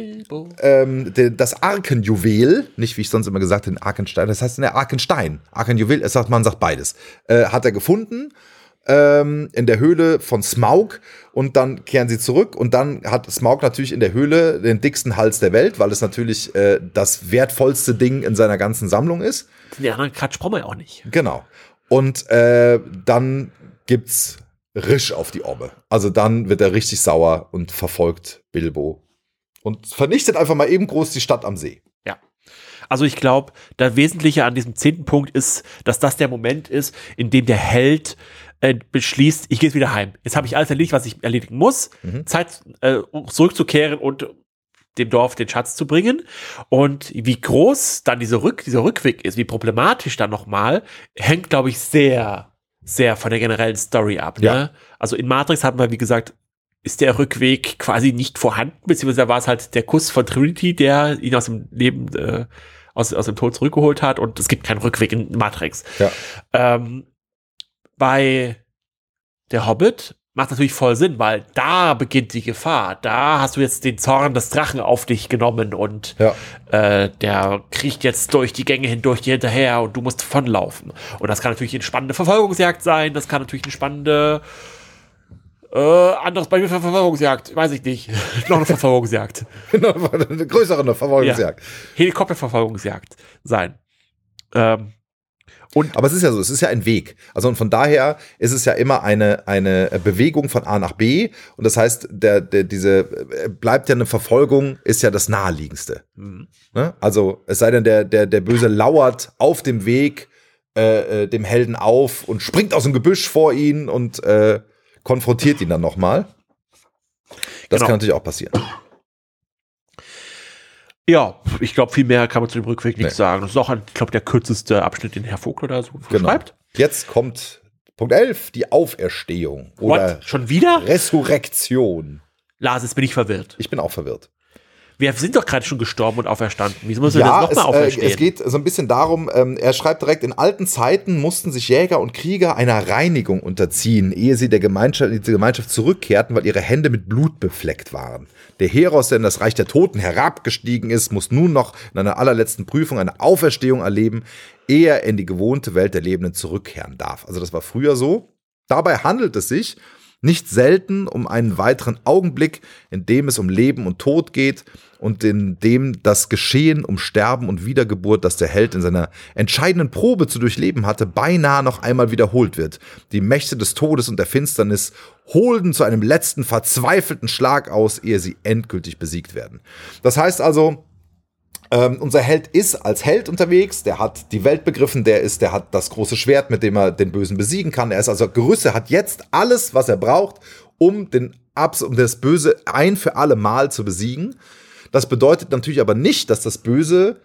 das Arkenjuwel, nicht wie ich sonst immer gesagt habe, den Arkenstein, das heißt der Arkenstein. Arkenjuwel, man sagt beides. Hat er gefunden in der Höhle von Smaug und dann kehren sie zurück und dann hat Smaug natürlich in der Höhle den dicksten Hals der Welt, weil es natürlich das wertvollste Ding in seiner ganzen Sammlung ist. Den anderen Quatsch brauchen wir ja auch nicht. Genau. Und dann gibt's Risch auf die Obbe. Also dann wird er richtig sauer und verfolgt Bilbo und vernichtet einfach mal eben groß die Stadt am See. Ja. Also ich glaube, das Wesentliche an diesem 10. Punkt ist, dass das der Moment ist, in dem der Held beschließt, ich gehe jetzt wieder heim. Jetzt habe ich alles erledigt, was ich erledigen muss. Zeit, zurückzukehren und dem Dorf den Schatz zu bringen. Und wie groß dann dieser Rückweg ist, wie problematisch dann nochmal, hängt, glaube ich, sehr, sehr von der generellen Story ab. Ne? Ja. Also in Matrix hat man, wie gesagt, ist der Rückweg quasi nicht vorhanden, beziehungsweise war es halt der Kuss von Trinity, der ihn aus dem Leben, aus dem Tod zurückgeholt hat, und es gibt keinen Rückweg in Matrix. Ja. Bei der Hobbit macht natürlich voll Sinn, weil da beginnt die Gefahr. Da hast du jetzt den Zorn des Drachen auf dich genommen und der kriecht jetzt durch die Gänge hindurch dir hinterher und du musst davonlaufen. Und das kann natürlich eine spannende Verfolgungsjagd sein, das kann natürlich eine spannende anderes Beispiel für Verfolgungsjagd, weiß ich nicht. Noch eine Verfolgungsjagd. Eine größere Verfolgungsjagd. Ja. Helikopterverfolgungsjagd sein. Aber es ist ja so, es ist ja ein Weg. Also und von daher ist es ja immer eine Bewegung von A nach B. Und das heißt, diese bleibt ja eine Verfolgung, ist ja das Naheliegendste. Ne? Also es sei denn, der Böse lauert auf dem Weg dem Helden auf und springt aus dem Gebüsch vor ihn und konfrontiert ihn dann nochmal. Das kann natürlich auch passieren. Ja, ich glaube, viel mehr kann man zu dem Rückweg nicht sagen. Das ist auch, ich glaube, der kürzeste Abschnitt, den Herr Vogler da so schreibt. Jetzt kommt Punkt 11, die Auferstehung. Oder What? Schon wieder? Resurrektion. Lars, jetzt bin ich verwirrt. Ich bin auch verwirrt. Wir sind doch gerade schon gestorben und auferstanden. Wieso müssen wir das nochmal auferstehen? Es geht so ein bisschen darum, er schreibt direkt, in alten Zeiten mussten sich Jäger und Krieger einer Reinigung unterziehen, ehe sie die Gemeinschaft zurückkehrten, weil ihre Hände mit Blut befleckt waren. Der Heros, der in das Reich der Toten herabgestiegen ist, muss nun noch in einer allerletzten Prüfung eine Auferstehung erleben, ehe er in die gewohnte Welt der Lebenden zurückkehren darf. Also das war früher so. Dabei handelt es sich nicht selten um einen weiteren Augenblick, in dem es um Leben und Tod geht und in dem das Geschehen um Sterben und Wiedergeburt, das der Held in seiner entscheidenden Probe zu durchleben hatte, beinahe noch einmal wiederholt wird. Die Mächte des Todes und der Finsternis holten zu einem letzten verzweifelten Schlag aus, ehe sie endgültig besiegt werden. Das heißt also, unser Held ist als Held unterwegs, der hat die Welt begriffen, der hat das große Schwert, mit dem er den Bösen besiegen kann. Er ist also gerüstet, hat jetzt alles, was er braucht, um das Böse ein für alle Mal zu besiegen. Das bedeutet natürlich aber nicht, dass das Böse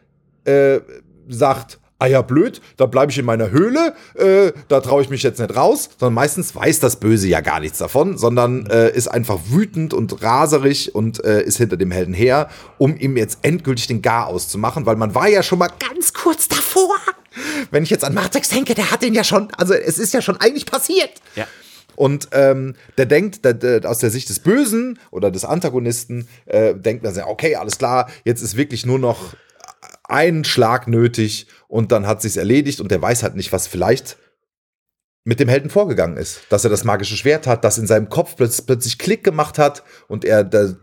sagt, ah ja, blöd, da bleibe ich in meiner Höhle, da traue ich mich jetzt nicht raus, sondern meistens weiß das Böse ja gar nichts davon, sondern ist einfach wütend und raserig und ist hinter dem Helden her, um ihm jetzt endgültig den Garaus zu machen, weil man war ja schon mal ganz kurz davor. Wenn ich jetzt an Matrix denke, der hat den ja schon, also es ist ja schon eigentlich passiert. Ja. Und der denkt, aus der Sicht des Bösen oder des Antagonisten, denkt er, okay, alles klar, jetzt ist wirklich nur noch einen Schlag nötig und dann hat sich's erledigt und der weiß halt nicht, was vielleicht mit dem Helden vorgegangen ist. Dass er das magische Schwert hat, das in seinem Kopf plötzlich Klick gemacht hat und er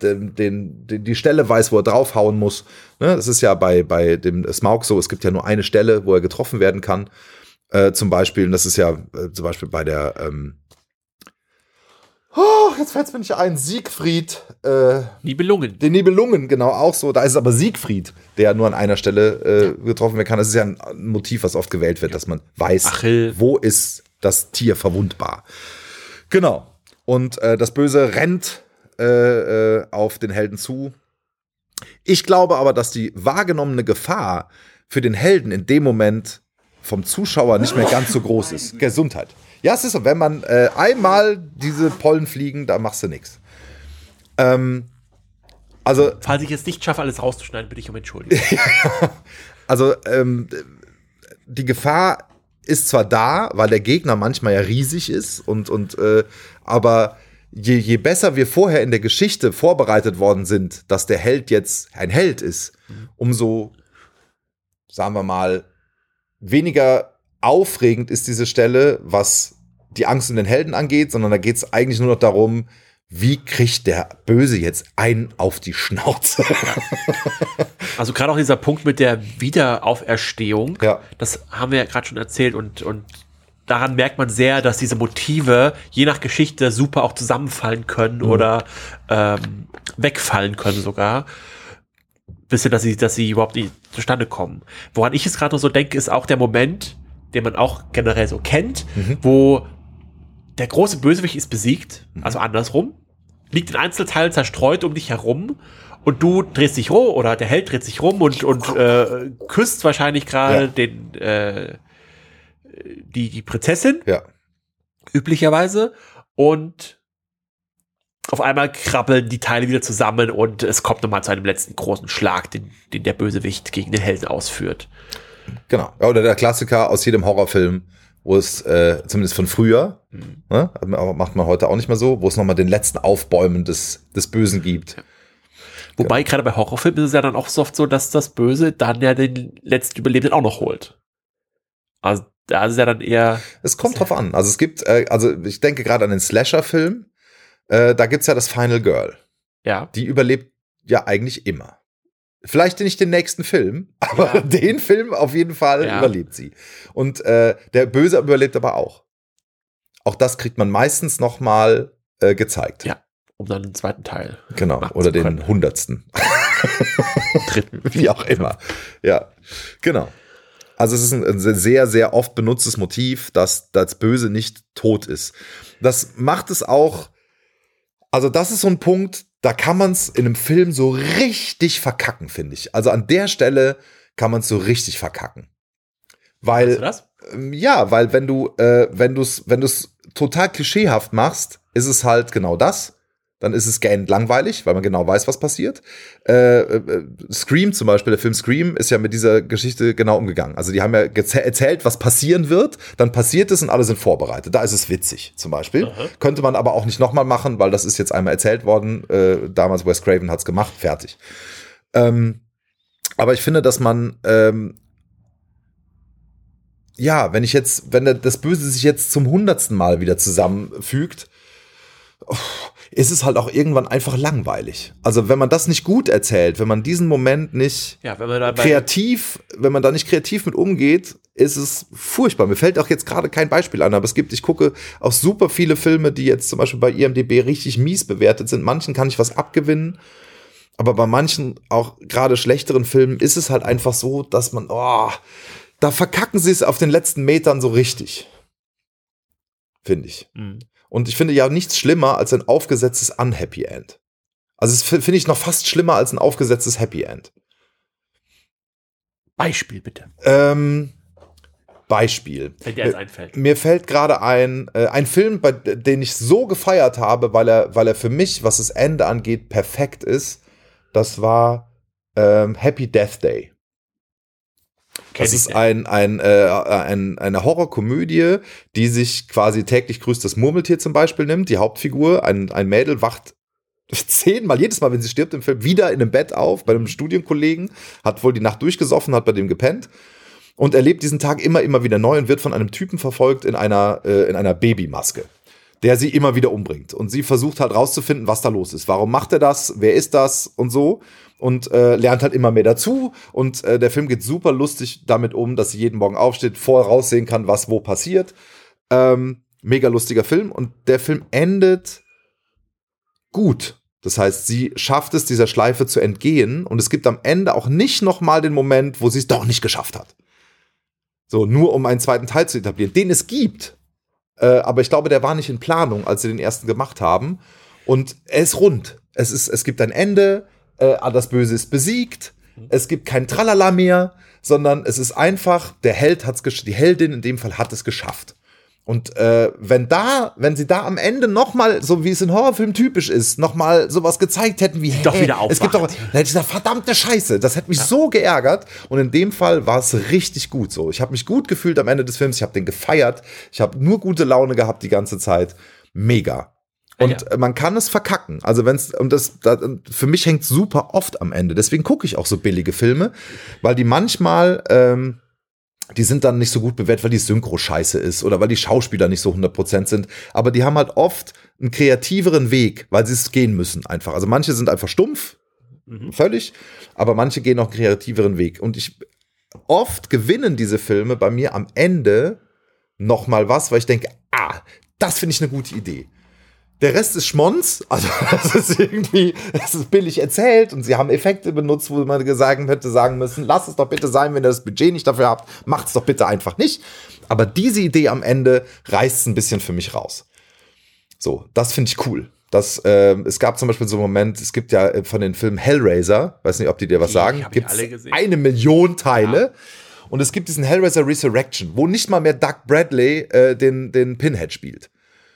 die Stelle weiß, wo er draufhauen muss. Ne? Das ist ja bei dem Smaug so, es gibt ja nur eine Stelle, wo er getroffen werden kann. Zum Beispiel, und das ist ja zum Beispiel bei der jetzt fällt es mir nicht ein, Siegfried. Nibelungen. Den Nibelungen, genau, auch so. Da ist es aber Siegfried, der nur an einer Stelle getroffen werden kann. Das ist ja ein Motiv, was oft gewählt wird, dass man weiß, wo ist das Tier verwundbar. Genau. Und das Böse rennt auf den Helden zu. Ich glaube aber, dass die wahrgenommene Gefahr für den Helden in dem Moment vom Zuschauer nicht mehr ganz so groß ist. Gesundheit. Ja, es ist so, wenn man einmal diese Pollen fliegen, da machst du nichts. Also, falls ich es nicht schaffe, alles rauszuschneiden, bitte ich um Entschuldigung. Also, die Gefahr ist zwar da, weil der Gegner manchmal ja riesig ist, aber je besser wir vorher in der Geschichte vorbereitet worden sind, dass der Held jetzt ein Held ist, umso, sagen wir mal, weniger aufregend ist diese Stelle, was die Angst um den Helden angeht, sondern da geht es eigentlich nur noch darum, wie kriegt der Böse jetzt einen auf die Schnauze? Also gerade auch dieser Punkt mit der Wiederauferstehung, das haben wir ja gerade schon erzählt und daran merkt man sehr, dass diese Motive je nach Geschichte super auch zusammenfallen können oder wegfallen können sogar. Bisschen, dass sie überhaupt nicht zustande kommen. Woran ich es gerade noch so denke, ist auch der Moment, den man auch generell so kennt, wo der große Bösewicht ist besiegt, also andersrum, liegt in Einzelteilen zerstreut um dich herum und du drehst dich rum oder der Held dreht sich rum und küsst wahrscheinlich gerade die Prinzessin, üblicherweise, und auf einmal krabbeln die Teile wieder zusammen und es kommt nochmal zu einem letzten großen Schlag, den der Bösewicht gegen den Helden ausführt. Genau. Oder der Klassiker aus jedem Horrorfilm, wo es zumindest von früher, ne, aber macht man heute auch nicht mehr so, wo es nochmal den letzten Aufbäumen des Bösen gibt. Ja. Wobei gerade bei Horrorfilmen ist es ja dann auch so oft so, dass das Böse dann ja den letzten Überlebenden auch noch holt. Also da ist es ja dann eher... Es kommt drauf an. Also es gibt, ich denke gerade an den Slasher-Film, da gibt's ja das Final Girl. Ja. Die überlebt ja eigentlich immer. Vielleicht nicht den nächsten Film, aber den Film auf jeden Fall überlebt sie. Und der Böse überlebt aber auch. Auch das kriegt man meistens noch mal gezeigt. Ja, um dann den zweiten Teil. Genau, oder den 100. Dritten. Wie auch immer. Ja, genau. Also es ist ein sehr, sehr oft benutztes Motiv, dass das Böse nicht tot ist. Das macht es auch, also das ist so ein Punkt, da kann man es in einem Film so richtig verkacken, finde ich. Also an der Stelle kann man es so richtig verkacken. Weil, weißt du das? Ja, weil wenn du es total klischeehaft machst, ist es halt genau das. Dann ist es gähnend langweilig, weil man genau weiß, was passiert. Scream zum Beispiel, der Film Scream, ist ja mit dieser Geschichte genau umgegangen. Also die haben ja erzählt, was passieren wird, dann passiert es und alle sind vorbereitet. Da ist es witzig zum Beispiel. Aha. Könnte man aber auch nicht nochmal machen, weil das ist jetzt einmal erzählt worden. Damals Wes Craven hat's gemacht, fertig. Aber ich finde, dass man wenn das Böse sich jetzt zum 100. Mal wieder zusammenfügt, ist es halt auch irgendwann einfach langweilig. Also wenn man das nicht gut erzählt, wenn man diesen Moment nicht wenn man da nicht kreativ mit umgeht, ist es furchtbar. Mir fällt auch jetzt gerade kein Beispiel an, aber ich gucke auch super viele Filme, die jetzt zum Beispiel bei IMDb richtig mies bewertet sind. Manchen kann ich was abgewinnen, aber bei manchen, auch gerade schlechteren Filmen, ist es halt einfach so, dass man, da verkacken sie es auf den letzten Metern so richtig. Finde ich. Mhm. Und ich finde ja nichts schlimmer als ein aufgesetztes Unhappy End. Also das finde ich noch fast schlimmer als ein aufgesetztes Happy End. Beispiel bitte. Beispiel. Wenn dir jetzt einfällt. Mir fällt gerade ein Film, den ich so gefeiert habe, weil er für mich, was das Ende angeht, perfekt ist. Das war Happy Death Day. Das ist eine Horrorkomödie, die sich quasi täglich grüßt das Murmeltier zum Beispiel nimmt. Die Hauptfigur, ein Mädel, wacht 10-mal, jedes Mal, wenn sie stirbt im Film, wieder in einem Bett auf, bei einem Studienkollegen, hat wohl die Nacht durchgesoffen, hat bei dem gepennt und erlebt diesen Tag immer wieder neu und wird von einem Typen verfolgt in einer Babymaske, der sie immer wieder umbringt. Und sie versucht halt rauszufinden, was da los ist. Warum macht er das? Wer ist das? Und so. Und lernt halt immer mehr dazu. Und der Film geht super lustig damit um, dass sie jeden Morgen aufsteht, voraussehen kann, was wo passiert. Mega lustiger Film. Und der Film endet gut. Das heißt, sie schafft es, dieser Schleife zu entgehen. Und es gibt am Ende auch nicht nochmal den Moment, wo sie es doch nicht geschafft hat. So, nur um einen zweiten Teil zu etablieren. Den es gibt. Aber ich glaube, der war nicht in Planung, als sie den ersten gemacht haben. Und er ist rund. Es gibt ein Ende. Das Böse ist besiegt, es gibt kein Tralala mehr, sondern es ist einfach, die Heldin in dem Fall hat es geschafft. Und wenn sie da am Ende nochmal, so wie es in Horrorfilmen typisch ist, nochmal sowas gezeigt hätten wie, doch wieder aufwacht. Es gibt doch, dann hätte ich gesagt, verdammte Scheiße, das hätte mich so geärgert. Und in dem Fall war es richtig gut so. Ich habe mich gut gefühlt am Ende des Films, ich habe den gefeiert, ich habe nur gute Laune gehabt die ganze Zeit. Mega. Und man kann es verkacken. Also für mich hängt super oft am Ende. Deswegen gucke ich auch so billige Filme, weil die manchmal, die sind dann nicht so gut bewertet, weil die Synchro scheiße ist oder weil die Schauspieler nicht so 100% sind. Aber die haben halt oft einen kreativeren Weg, weil sie es gehen müssen einfach. Also manche sind einfach stumpf, völlig, aber manche gehen auch einen kreativeren Weg. Und oft gewinnen diese Filme bei mir am Ende noch mal was, weil ich denke, das finde ich eine gute Idee. Der Rest ist Schmonz, also es ist billig erzählt und sie haben Effekte benutzt, wo man hätte sagen müssen, lasst es doch bitte sein, wenn ihr das Budget nicht dafür habt, macht es doch bitte einfach nicht. Aber diese Idee am Ende reißt es ein bisschen für mich raus. So, das finde ich cool. Es gab zum Beispiel so einen Moment, es gibt ja von den Filmen Hellraiser, weiß nicht, ob die dir was sagen, gibt es 1 Million Teile. Ja. Und es gibt diesen Hellraiser Resurrection, wo nicht mal mehr Doug Bradley den Pinhead spielt.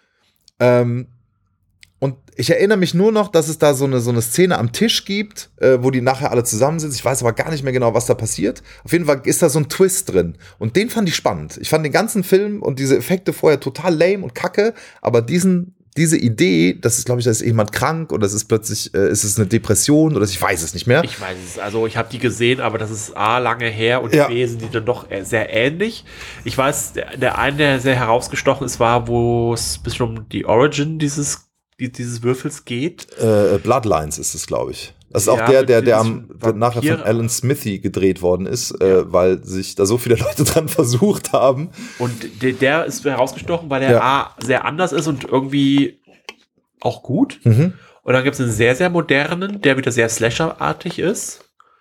Und ich erinnere mich nur noch, dass es da so eine Szene am Tisch gibt, wo die nachher alle zusammensitzen. Ich weiß aber gar nicht mehr genau, was da passiert. Auf jeden Fall ist da so ein Twist drin. Und den fand ich spannend. Ich fand den ganzen Film und diese Effekte vorher total lame und kacke. Aber diese Idee, das ist, glaube ich, da ist jemand krank oder es ist plötzlich, ist es eine Depression oder ich weiß es nicht mehr. Ich weiß es. Also ich habe die gesehen, aber das ist A, lange her und B, sind die dann doch sehr ähnlich. Ich weiß, der sehr herausgestochen ist, war, wo es ein bisschen um die Origin dieses Würfels geht. Bloodlines ist es, glaube ich. Das ist auch der nachher von Alan Smithy gedreht worden ist, weil sich da so viele Leute dran versucht haben. Und der ist herausgestochen, weil der A, sehr anders ist und irgendwie auch gut. Mhm. Und dann gibt es einen sehr, sehr modernen, der wieder sehr Slasher-artig ist.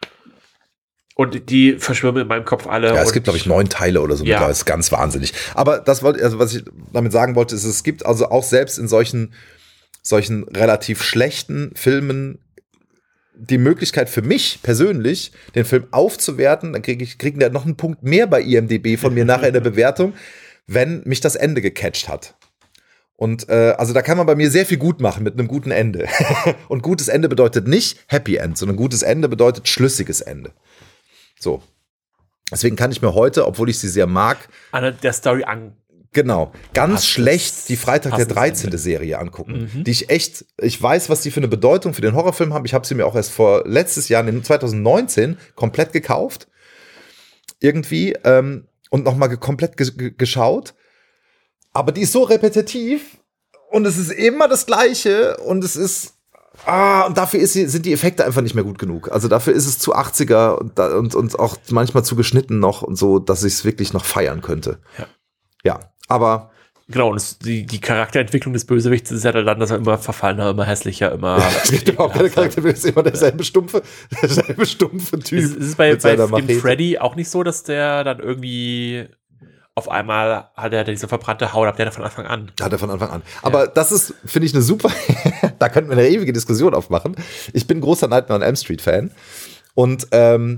Und die verschwimmen in meinem Kopf alle. Ja, es gibt, glaube ich, 9 Teile oder so. Ja. Das ist ganz wahnsinnig. Aber was ich damit sagen wollte, ist, es gibt also auch selbst in solchen relativ schlechten Filmen die Möglichkeit für mich persönlich, den Film aufzuwerten, dann kriegen der noch einen Punkt mehr bei IMDb von mir nachher in der Bewertung, wenn mich das Ende gecatcht hat. Und also da kann man bei mir sehr viel gut machen mit einem guten Ende. Und gutes Ende bedeutet nicht Happy End, sondern gutes Ende bedeutet schlüssiges Ende. So. Deswegen kann ich mir heute, obwohl ich sie sehr mag, an der Story Genau, ganz schlecht die Freitag der 13. Serie angucken, die ich weiß, was die für eine Bedeutung für den Horrorfilm haben. Ich habe sie mir auch erst letztes Jahr, in 2019, komplett gekauft. Irgendwie. Und nochmal komplett geschaut. Aber die ist so repetitiv und es ist immer das Gleiche und es ist. Und dafür sind die Effekte einfach nicht mehr gut genug. Also dafür ist es zu 80er und auch manchmal zu geschnitten noch und so, dass ich es wirklich noch feiern könnte. Ja. Aber genau, und die Charakterentwicklung des Bösewichts ist ja dann, dass er immer verfallener, immer hässlicher, immer. Es gibt überhaupt keine Charakterentwicklung, ist immer derselbe stumpfe Typ. Ist es bei dem Freddy auch nicht so, dass der dann irgendwie auf einmal hat er diese verbrannte Haut, hat er von Anfang an. Hat er von Anfang an. Aber das ist, finde ich, eine super, da könnten wir eine ewige Diskussion aufmachen. Ich bin großer Nightmare on Elm Street Fan und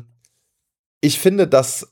ich finde, dass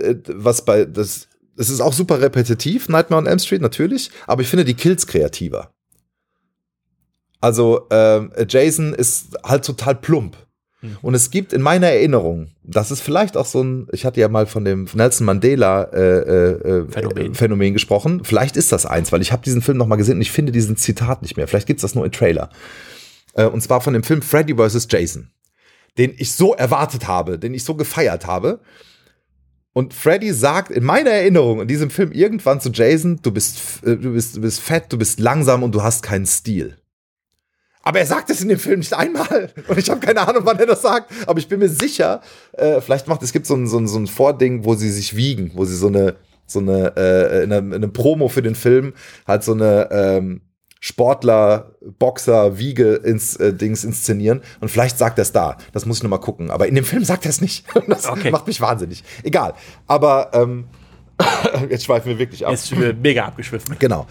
es ist auch super repetitiv, Nightmare on Elm Street, natürlich, aber ich finde die Kills kreativer. Also, Jason ist halt total plump. Und es gibt in meiner Erinnerung, das ist vielleicht auch ich hatte ja mal von dem Nelson Mandela Phänomen gesprochen, vielleicht ist das eins, weil ich habe diesen Film noch mal gesehen und ich finde diesen Zitat nicht mehr, vielleicht gibt's das nur im Trailer. Und zwar von dem Film Freddy vs. Jason, den ich so erwartet habe, den ich so gefeiert habe. Und Freddy sagt in meiner Erinnerung in diesem Film irgendwann zu Jason, du bist fett, du bist langsam und du hast keinen Stil. Aber er sagt es in dem Film nicht einmal. Und ich habe keine Ahnung, wann er das sagt. Aber ich bin mir sicher, es gibt so ein Vording, wo sie sich wiegen, wo sie in einem Promo für den Film halt so eine Sportler, Boxer, Wiege Dings inszenieren. Und vielleicht sagt er es da. Das muss ich noch mal gucken. Aber in dem Film sagt er es nicht. Das macht mich wahnsinnig. Egal. Aber jetzt schweifen wir wirklich ab. Jetzt sind wir mega abgeschwiffen. Genau.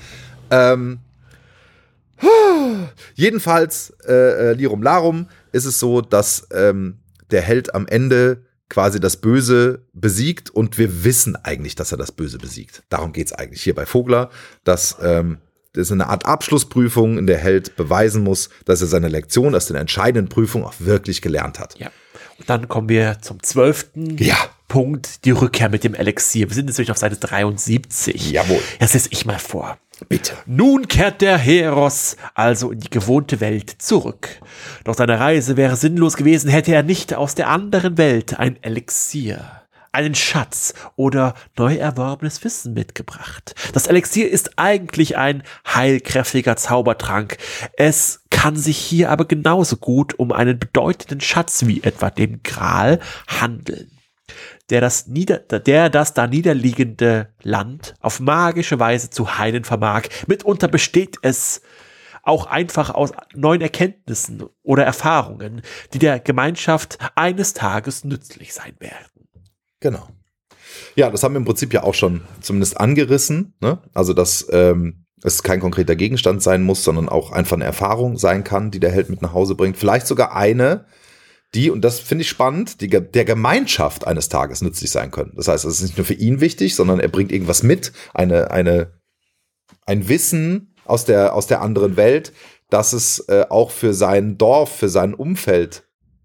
Jedenfalls, Lirum Larum, ist es so, dass der Held am Ende quasi das Böse besiegt und wir wissen eigentlich, dass er das Böse besiegt. Darum geht's eigentlich hier bei Vogler, dass das ist eine Art Abschlussprüfung, in der Held beweisen muss, dass er seine Lektion aus der entscheidenden Prüfung auch wirklich gelernt hat. Ja. Und dann kommen wir zum 12. Punkt, die Rückkehr mit dem Elixier. Wir sind jetzt auf Seite 73. Jawohl. Das lese ich mal vor. Bitte. Nun kehrt der Heros also in die gewohnte Welt zurück. Doch seine Reise wäre sinnlos gewesen, hätte er nicht aus der anderen Welt ein Elixier, einen Schatz oder neu erworbenes Wissen mitgebracht. Das Elixier ist eigentlich ein heilkräftiger Zaubertrank. Es kann sich hier aber genauso gut um einen bedeutenden Schatz wie etwa den Gral handeln, der das da niederliegende Land auf magische Weise zu heilen vermag. Mitunter besteht es auch einfach aus neuen Erkenntnissen oder Erfahrungen, die der Gemeinschaft eines Tages nützlich sein werden. Genau. Ja, das haben wir im Prinzip ja auch schon zumindest angerissen, ne? Also, dass es kein konkreter Gegenstand sein muss, sondern auch einfach eine Erfahrung sein kann, die der Held mit nach Hause bringt. Vielleicht sogar eine, die, und das finde ich spannend, der Gemeinschaft eines Tages nützlich sein können. Das heißt, es ist nicht nur für ihn wichtig, sondern er bringt irgendwas mit, ein Wissen aus der anderen Welt, dass es auch für sein Dorf, für sein Umfeld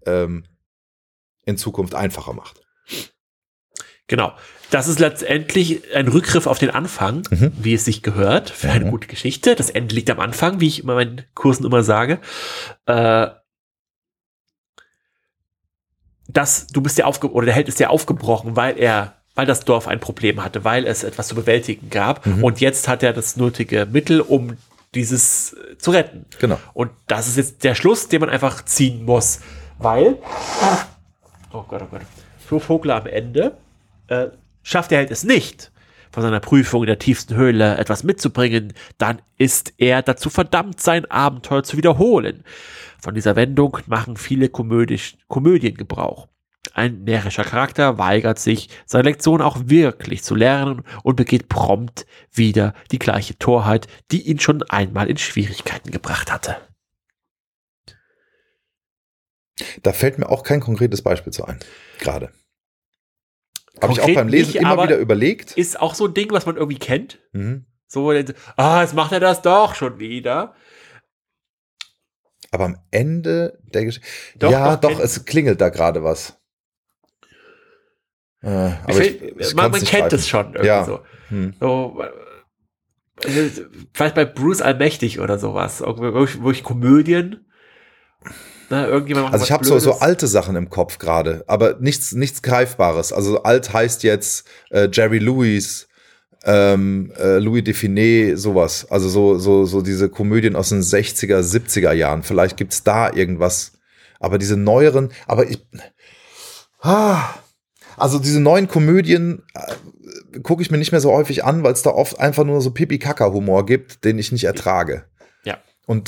in Zukunft einfacher macht. Genau. Das ist letztendlich ein Rückgriff auf den Anfang, wie es sich gehört, für eine gute Geschichte. Das Ende liegt am Anfang, wie ich immer meinen Kursen immer sage. Der Held ist ja aufgebrochen, weil das Dorf ein Problem hatte, weil es etwas zu bewältigen gab. Und jetzt hat er das nötige Mittel, um dieses zu retten. Genau. Und das ist jetzt der Schluss, den man einfach ziehen muss. Weil, oh Gott, für Vogler am Ende schafft der Held es nicht, von seiner Prüfung in der tiefsten Höhle etwas mitzubringen, dann ist er dazu verdammt, sein Abenteuer zu wiederholen. Von dieser Wendung machen viele Komödien Gebrauch. Ein närrischer Charakter weigert sich, seine Lektion auch wirklich zu lernen und begeht prompt wieder die gleiche Torheit, die ihn schon einmal in Schwierigkeiten gebracht hatte. Da fällt mir auch kein konkretes Beispiel zu ein, gerade. Habe ich auch beim Lesen nicht, immer wieder überlegt. Ist auch so ein Ding, was man irgendwie kennt. So, jetzt macht er das doch schon wieder. Aber am Ende der Geschichte. Doch, es klingelt da gerade was. Aber man kennt es schon irgendwie so. So. Vielleicht bei Bruce Allmächtig oder sowas. Wirklich Komödien. Irgendjemand macht also ich habe so alte Sachen im Kopf gerade, aber nichts Greifbares. Also alt heißt jetzt Jerry Lewis, Louis Define, sowas. Also so diese Komödien aus den 60er, 70er Jahren. Vielleicht gibt's da irgendwas. Aber diese neueren, also diese neuen Komödien gucke ich mir nicht mehr so häufig an, weil es da oft einfach nur so Pipi-Kaka-Humor gibt, den ich nicht ertrage. Ja. Und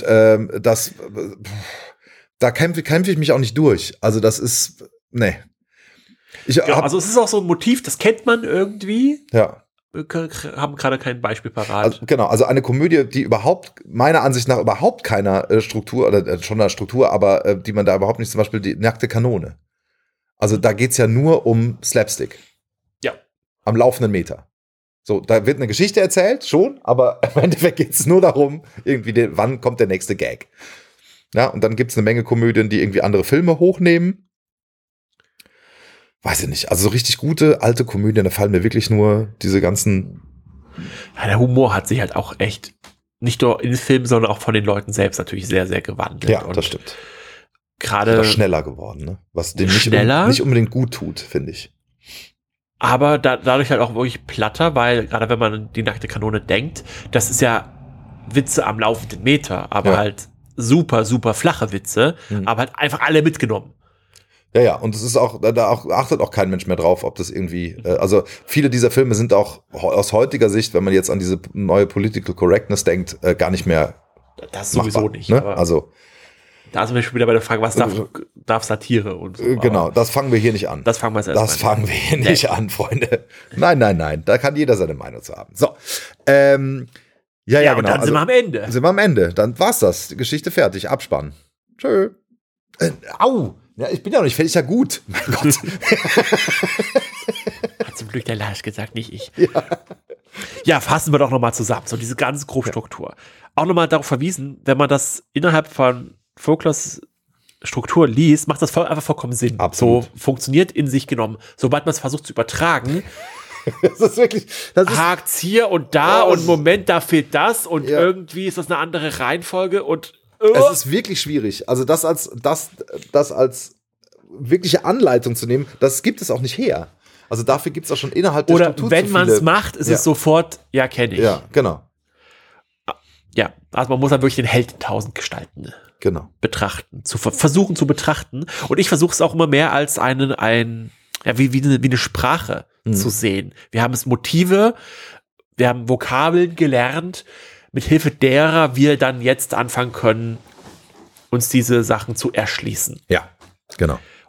da kämpfe ich mich auch nicht durch. Also das ist, nee. Also es ist auch so ein Motiv, das kennt man irgendwie. Ja. Wir haben gerade kein Beispiel parat. Also, genau, also eine Komödie, die meiner Ansicht nach überhaupt keiner Struktur, oder schon eine Struktur, aber die man da überhaupt nicht, zum Beispiel die Nackte Kanone. Also da geht's ja nur um Slapstick. Ja. Am laufenden Meter. So, da wird eine Geschichte erzählt, schon, aber im Endeffekt geht's nur darum, irgendwie, wann kommt der nächste Gag. Ja, und dann gibt's eine Menge Komödien, die irgendwie andere Filme hochnehmen. Weiß ich nicht. Also so richtig gute alte Komödien, da fallen mir wirklich nur diese ganzen. Ja, der Humor hat sich halt auch echt nicht nur in den Filmen, sondern auch von den Leuten selbst natürlich sehr, sehr gewandelt. Ja, das stimmt. Gerade schneller geworden, ne? Was dem nicht unbedingt gut tut, finde ich. Aber dadurch halt auch wirklich platter, weil gerade wenn man an die Nackte Kanone denkt, das ist ja Witze am laufenden Meter, aber halt super, super flache Witze, aber halt einfach alle mitgenommen. Ja, und es ist auch, da achtet auch kein Mensch mehr drauf, ob das irgendwie, also viele dieser Filme sind auch aus heutiger Sicht, wenn man jetzt an diese neue Political Correctness denkt, gar nicht mehr das sowieso machbar, nicht. Ne? Also da sind wir schon wieder bei der Frage, was darf Satire und so. Genau, das fangen wir hier nicht an. Das fangen wir jetzt Das fangen wir hier nicht an, Freunde. Nein, da kann jeder seine Meinung zu haben. So, ja, genau. Und dann sind wir am Ende. Sind wir am Ende. Dann war's das. Die Geschichte fertig. Abspann. Tschö. Au. Ja, ich bin ja noch nicht fertig. Ist ja gut. Mein Gott. Hat zum Glück der Lars gesagt, nicht ich. Ja, fassen wir doch nochmal zusammen. So diese ganz grobe Struktur. Auch nochmal darauf verwiesen, wenn man das innerhalb von Voglers Struktur liest, macht das einfach vollkommen Sinn. Absolut. So funktioniert in sich genommen. Sobald man es versucht zu übertragen, das ist wirklich, hakt's hier und da und Moment, da fehlt das und irgendwie ist das eine andere Reihenfolge und es ist wirklich schwierig. Also das als wirkliche Anleitung zu nehmen, das gibt es auch nicht her. Also dafür gibt es auch schon innerhalb der Struktur oder wenn man es macht, ist es sofort, kenne ich. Ja, genau. Ja, also man muss dann wirklich den Held in 1000 Gestalten betrachten, versuchen zu betrachten. Und ich versuche es auch immer mehr als wie eine Sprache zu sehen. Wir haben es Motive, wir haben Vokabeln gelernt, mit Hilfe derer wir dann jetzt anfangen können, uns diese Sachen zu erschließen. Ja, genau.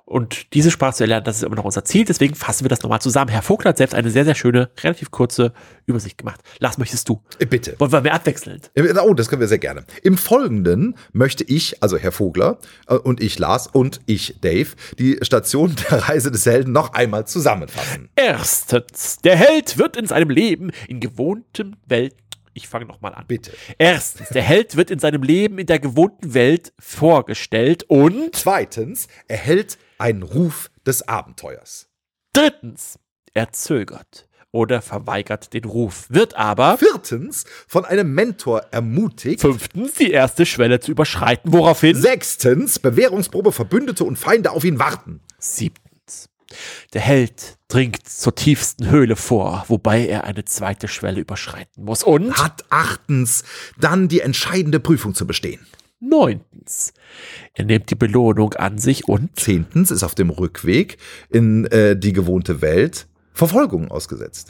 Und diese Sprache zu erlernen, das ist immer noch unser Ziel. Deswegen fassen wir das nochmal zusammen. Herr Vogler hat selbst eine sehr, sehr schöne, relativ kurze Übersicht gemacht. Lars, möchtest du? Bitte. Wollen wir mehr abwechselnd? Oh, das können wir sehr gerne. Im Folgenden möchte ich, also Herr Vogler und ich, Lars, und ich, Dave, die Station der Reise des Helden noch einmal zusammenfassen. Erstens, der Held wird in seinem Leben in gewohnten Welt. Ich fange nochmal an. Bitte. Erstens, der Held wird in seinem Leben in der gewohnten Welt vorgestellt und Zweitens, erhält einen Ruf des Abenteuers. drittens, er zögert oder verweigert den Ruf, wird aber Viertens, von einem Mentor ermutigt. fünftens, die erste Schwelle zu überschreiten, woraufhin Sechstens, Bewährungsprobe, Verbündete und Feinde auf ihn warten. siebtens, der Held dringt zur tiefsten Höhle vor, wobei er eine zweite Schwelle überschreiten muss und Hat achtens, dann die entscheidende Prüfung zu bestehen. neuntens, er nimmt die Belohnung an sich und Zehntens, ist auf dem Rückweg in die gewohnte Welt Verfolgung ausgesetzt.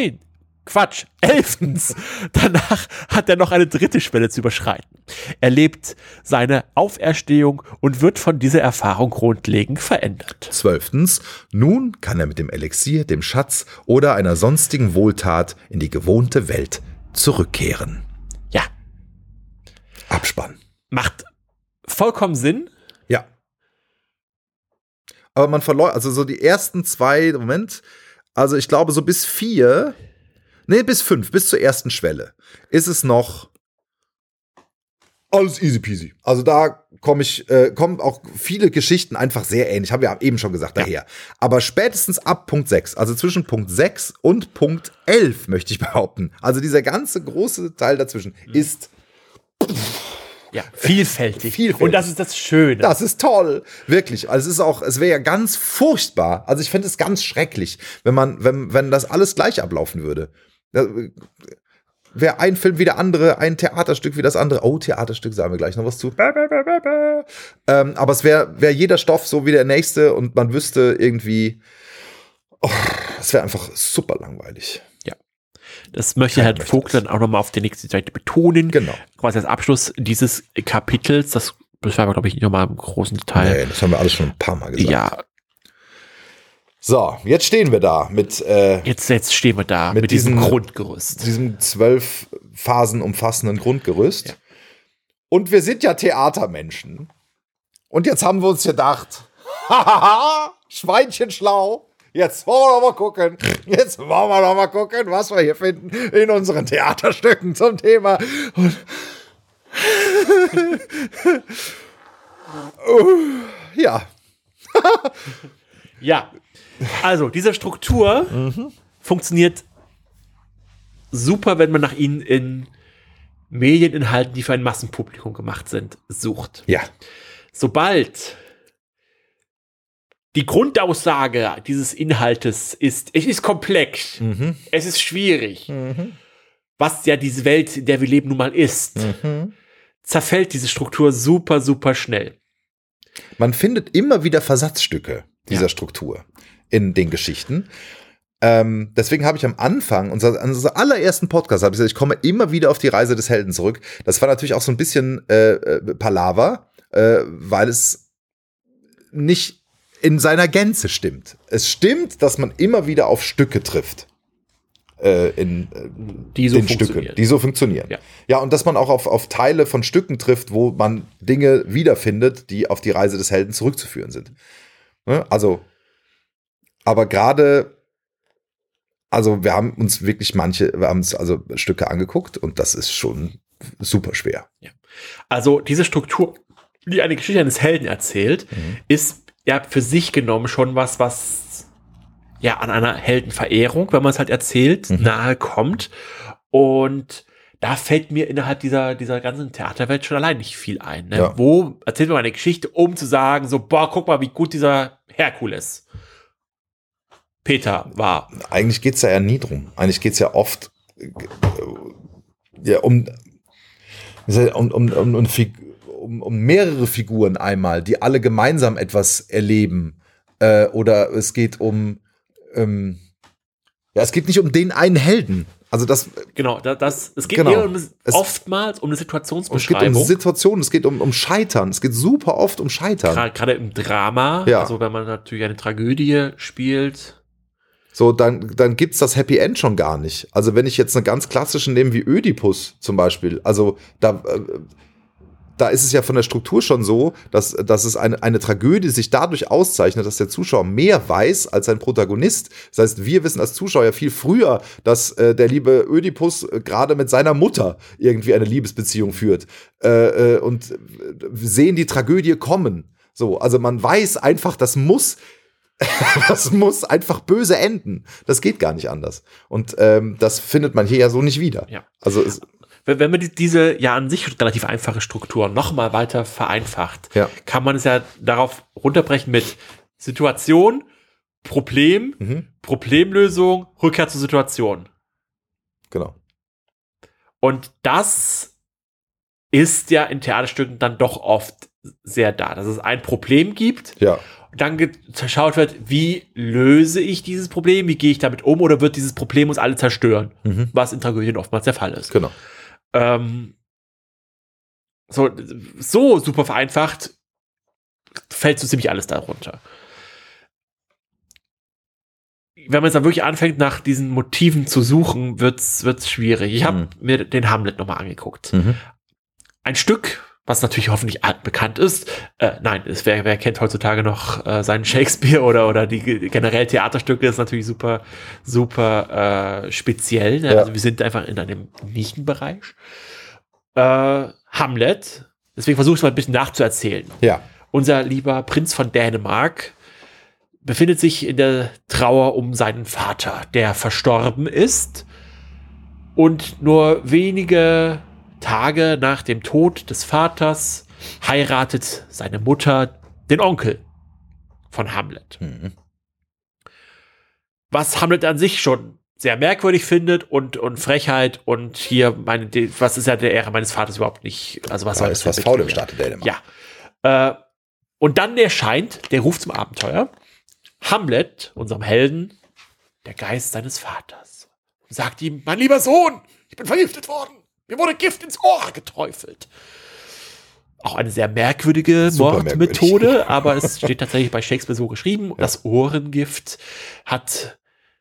11. Danach hat er noch eine dritte Schwelle zu überschreiten. Er lebt seine Auferstehung und wird von dieser Erfahrung grundlegend verändert. 12. Nun kann er mit dem Elixier, dem Schatz oder einer sonstigen Wohltat in die gewohnte Welt zurückkehren. Ja, Abspann. macht vollkommen Sinn. Ja. Aber man verläuft, also so die ersten zwei, Moment, also ich glaube so bis 4, bis 5, bis zur ersten Schwelle ist es noch alles easy peasy. Also da kommen auch viele Geschichten einfach sehr ähnlich, haben wir eben schon gesagt, daher. Aber spätestens ab Punkt 6, also zwischen Punkt 6 und Punkt 11, möchte ich behaupten, also dieser ganze große Teil dazwischen ist Ja, vielfältig. Vielfältig. Und das ist das Schöne. Das ist toll, wirklich. Also es wäre ja ganz furchtbar. Also ich fände es ganz schrecklich, wenn das alles gleich ablaufen würde. Wäre ein Film wie der andere, ein Theaterstück wie das andere. Oh, Theaterstück, sagen wir gleich noch was zu. Aber es wäre jeder Stoff so wie der nächste und man wüsste irgendwie, es wäre einfach super langweilig. Das möchte Herr Vogt dann auch nochmal auf der nächsten Seite betonen. Genau. Quasi als Abschluss dieses Kapitels, das beschreiben wir, glaube ich, nicht nochmal im großen Teil. Nee, das haben wir alles schon ein paar Mal gesagt. Ja. So, jetzt stehen wir da mit Jetzt stehen wir da mit diesem Grundgerüst. Diesem 12 Phasen umfassenden Grundgerüst. Ja. Und wir sind ja Theatermenschen. Und jetzt haben wir uns gedacht, Schweinchen schlau. Jetzt wollen wir noch mal gucken, was wir hier finden in unseren Theaterstücken zum Thema. Und ja. Ja, also diese Struktur funktioniert super, wenn man nach ihnen in Medieninhalten, die für ein Massenpublikum gemacht sind, sucht. Ja. Sobald die Grundaussage dieses Inhaltes ist, es ist komplex, es ist schwierig, was ja diese Welt, in der wir leben, nun mal ist, zerfällt diese Struktur super, super schnell. Man findet immer wieder Versatzstücke dieser Struktur in den Geschichten. Deswegen habe ich am Anfang, unserer allerersten Podcast, habe ich gesagt, ich komme immer wieder auf die Reise des Helden zurück. Das war natürlich auch so ein bisschen Palaver, weil es nicht in seiner Gänze stimmt. Es stimmt, dass man immer wieder auf Stücke trifft. Die so funktionieren. Die so funktionieren. Ja, und dass man auch auf Teile von Stücken trifft, wo man Dinge wiederfindet, die auf die Reise des Helden zurückzuführen sind. Also, aber gerade, also wir haben uns wirklich Stücke angeguckt und das ist schon super schwer. Ja. Also diese Struktur, die eine Geschichte eines Helden erzählt, ist ja für sich genommen schon was ja an einer Heldenverehrung, wenn man es halt erzählt, nahe kommt. Und da fällt mir innerhalb dieser ganzen Theaterwelt schon allein nicht viel ein. Ne? Ja. Wo erzählt man eine Geschichte, um zu sagen, so, boah, guck mal, wie gut dieser Herkules Peter war. Eigentlich geht es ja nie drum. Eigentlich geht es ja oft um mehrere Figuren einmal, die alle gemeinsam etwas erleben. Oder es geht es geht nicht um den einen Helden. Also das. Genau, es geht Genau. eher oftmals um eine Situationsbeschreibung. Es geht um Situationen, es geht um Scheitern. Es geht super oft um Scheitern. Gerade im Drama, Ja. also wenn man natürlich eine Tragödie spielt. So, dann gibt's das Happy End schon gar nicht. Also wenn ich jetzt eine ganz klassische nehme wie Ödipus zum Beispiel, also da ist es ja von der Struktur schon so, dass es eine Tragödie sich dadurch auszeichnet, dass der Zuschauer mehr weiß als sein Protagonist. Das heißt, wir wissen als Zuschauer ja viel früher, dass der liebe Ödipus gerade mit seiner Mutter irgendwie eine Liebesbeziehung führt und sehen die Tragödie kommen. So, also man weiß einfach, das muss einfach böse enden. Das geht gar nicht anders. Und das findet man hier ja so nicht wieder. Ja. Also wenn man diese ja an sich relativ einfache Struktur noch mal weiter vereinfacht, kann man es ja darauf runterbrechen mit Situation, Problem, Problemlösung, Rückkehr zur Situation. Genau. Und das ist ja in Theaterstücken dann doch oft sehr da, dass es ein Problem gibt. Ja. Und dann geschaut wird, wie löse ich dieses Problem, wie gehe ich damit um, oder wird dieses Problem uns alle zerstören, was in Tragödien oftmals der Fall ist. Genau. So super vereinfacht fällt so ziemlich alles darunter. Wenn man jetzt dann wirklich anfängt, nach diesen Motiven zu suchen, wird's schwierig. Ich habe mir den Hamlet nochmal angeguckt. Ein Stück, was natürlich hoffentlich bekannt ist. Nein, wer kennt heutzutage noch seinen Shakespeare oder die generell Theaterstücke, ist natürlich super, super speziell. Ne? Ja. Also wir sind einfach in einem Nischenbereich. Hamlet, deswegen versuche ich es mal ein bisschen nachzuerzählen. Ja. Unser lieber Prinz von Dänemark befindet sich in der Trauer um seinen Vater, der verstorben ist, und nur wenige Tage nach dem Tod des Vaters heiratet seine Mutter den Onkel von Hamlet. Was Hamlet an sich schon sehr merkwürdig findet und Frechheit und hier, was ist ja der Ehre meines Vaters überhaupt nicht, also was soll das? Ist was faul im Staate Dänemark. Ja. Und dann erscheint der Ruf zum Abenteuer. Hamlet, unserem Helden, der Geist seines Vaters, und sagt ihm: Mein lieber Sohn, ich bin vergiftet worden. Mir wurde Gift ins Ohr geträufelt. Auch eine sehr merkwürdige Mordmethode, aber es steht tatsächlich bei Shakespeare so geschrieben. Ja. Das Ohrengift hat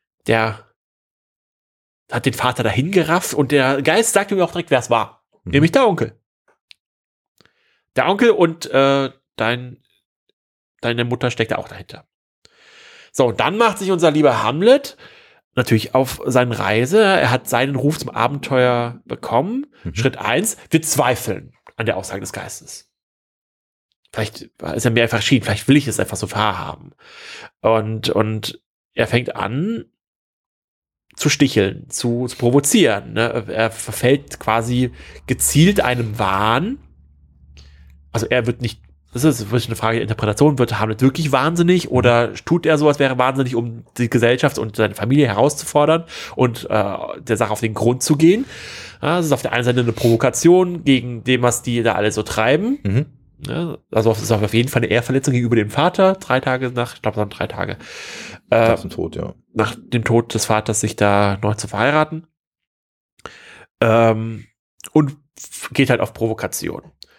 den Vater dahin gerafft und der Geist sagt ihm auch direkt, wer es war. Nämlich der Onkel. Der Onkel und deine Mutter steckt da auch dahinter. So, und dann macht sich unser lieber Hamlet natürlich auf seine Reise. Er hat seinen Ruf zum Abenteuer bekommen. Schritt 1, wir zweifeln an der Aussage des Geistes. Vielleicht ist er mir einfach erschienen, vielleicht will ich es einfach so wahrhaben. Und er fängt an zu sticheln, zu provozieren. Ne? Er verfällt quasi gezielt einem Wahn. Also er wird nicht, das ist wirklich eine Frage der Interpretation, wird Hamlet wirklich wahnsinnig oder tut er so, als wäre er wahnsinnig, um die Gesellschaft und seine Familie herauszufordern und der Sache auf den Grund zu gehen. Ja, das ist auf der einen Seite eine Provokation gegen dem, was die da alle so treiben. Ja, also es ist auf jeden Fall eine Ehrverletzung gegenüber dem Vater, 3 Tage nach, ich glaube, es waren 3 Tage. Nach dem Tod, ja. Nach dem Tod des Vaters sich da neu zu verheiraten. Und geht halt auf Provokation.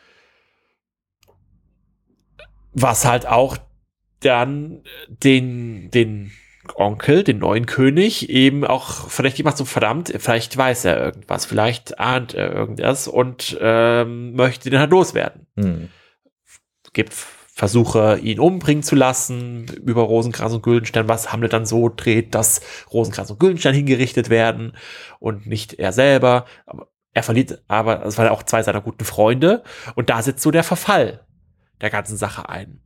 Was halt auch dann den Onkel, den neuen König, eben auch verdächtig macht, so verdammt, vielleicht weiß er irgendwas, vielleicht ahnt er irgendwas und möchte den halt loswerden. Gibt Versuche, ihn umbringen zu lassen über Rosenkranz und Güldenstein, was Hamlet dann so dreht, dass Rosenkranz und Güldenstein hingerichtet werden und nicht er selber. Er verliert aber, das war ja auch 2 seiner guten Freunde, und da setzt so der Verfall der ganzen Sache ein.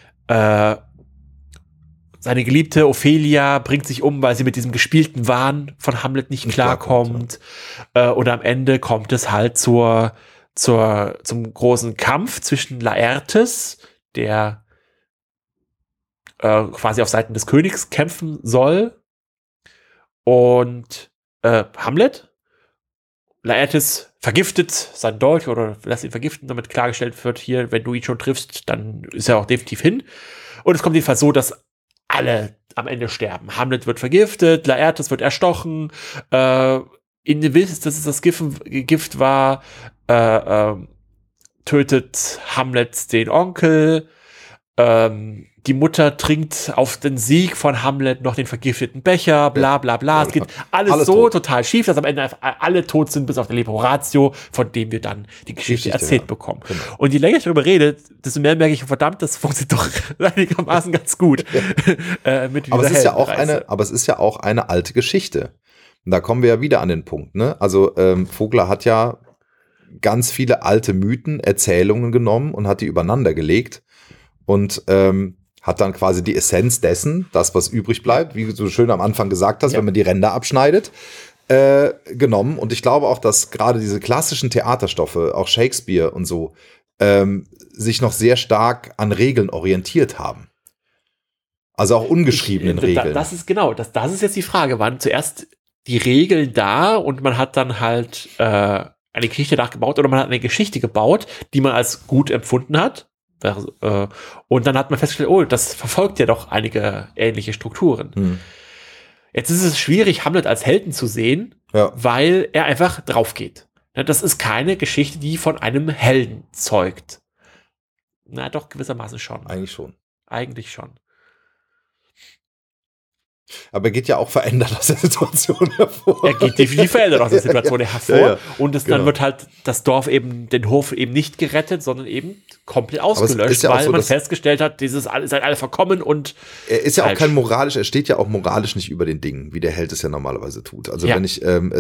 Seine Geliebte Ophelia bringt sich um, weil sie mit diesem gespielten Wahn von Hamlet nicht klarkommt. Und am Ende kommt es halt zum großen Kampf zwischen Laertes, der quasi auf Seiten des Königs kämpfen soll, und Hamlet. Laertes vergiftet seinen Dolch oder lässt ihn vergiften, damit klargestellt wird, hier, wenn du ihn schon triffst, dann ist er auch definitiv hin. Und es kommt jedenfalls so, dass alle am Ende sterben. Hamlet wird vergiftet, Laertes wird erstochen, in dem Wissen, dass es das Gift war, tötet Hamlet den Onkel, die Mutter trinkt auf den Sieg von Hamlet noch den vergifteten Becher, bla bla bla. Es geht alles so tot. Total schief, dass am Ende alle tot sind, bis auf den Leporatio, von dem wir dann die Geschichte erzählt bekommen. Genau. Und je länger ich darüber rede, desto mehr merke ich, verdammt, das funktioniert doch einigermaßen ganz gut. Aber es ist ja auch eine alte Geschichte. Und da kommen wir ja wieder an den Punkt, ne? Also Vogler hat ja ganz viele alte Mythen, Erzählungen genommen und hat die übereinander gelegt und hat dann quasi die Essenz dessen, das, was übrig bleibt, wie du so schön am Anfang gesagt hast, wenn man die Ränder abschneidet, genommen. Und ich glaube auch, dass gerade diese klassischen Theaterstoffe, auch Shakespeare und so, sich noch sehr stark an Regeln orientiert haben. Also auch ungeschriebenen Regeln. Das ist genau, das ist jetzt die Frage. Waren zuerst die Regeln da und man hat dann halt eine Geschichte nachgebaut oder man hat eine Geschichte gebaut, die man als gut empfunden hat. Und dann hat man festgestellt, oh, das verfolgt ja doch einige ähnliche Strukturen. Jetzt ist es schwierig, Hamlet als Helden zu sehen, weil er einfach drauf geht. Das ist keine Geschichte, die von einem Helden zeugt. Na doch, gewissermaßen schon. Eigentlich schon. Aber er geht ja auch verändert aus der Situation hervor. Er geht definitiv verändert aus der Situation hervor. Ja. Und dann wird halt das Dorf eben, den Hof eben nicht gerettet, sondern eben komplett ausgelöscht, weil so, man festgestellt hat, seid alle verkommen und er ist ja falsch. Auch er steht ja auch moralisch nicht über den Dingen, wie der Held es ja normalerweise tut. Also wenn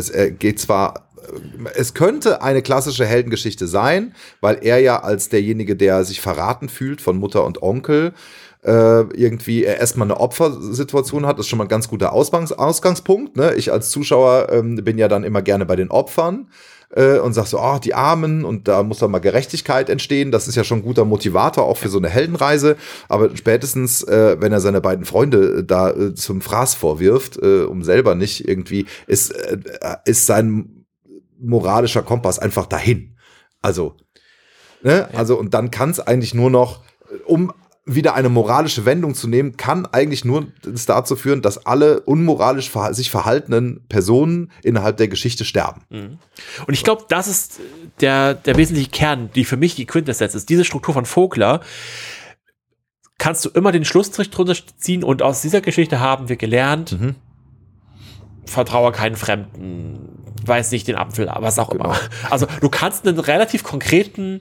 es könnte eine klassische Heldengeschichte sein, weil er ja als derjenige, der sich verraten fühlt von Mutter und Onkel, irgendwie erstmal eine Opfersituation hat, ist schon mal ein ganz guter Ausgangspunkt. Ne? Ich als Zuschauer bin ja dann immer gerne bei den Opfern und sag so, die Armen, und da muss dann mal Gerechtigkeit entstehen. Das ist ja schon ein guter Motivator auch für so eine Heldenreise. Aber spätestens, wenn er seine beiden Freunde da zum Fraß vorwirft, um selber nicht irgendwie, ist sein moralischer Kompass einfach dahin. Also, ne? Also, und dann kann es eigentlich nur noch, um wieder eine moralische Wendung zu nehmen, kann eigentlich nur das dazu führen, dass alle unmoralisch sich verhaltenen Personen innerhalb der Geschichte sterben. Und ich glaube, das ist der wesentliche Kern, die für mich die Quintessenz ist. Diese Struktur von Vogler kannst du immer den Schlussstrich drunter ziehen, und aus dieser Geschichte haben wir gelernt, vertraue keinen Fremden, weiß nicht den Apfel, was auch immer. Also du kannst einen relativ konkreten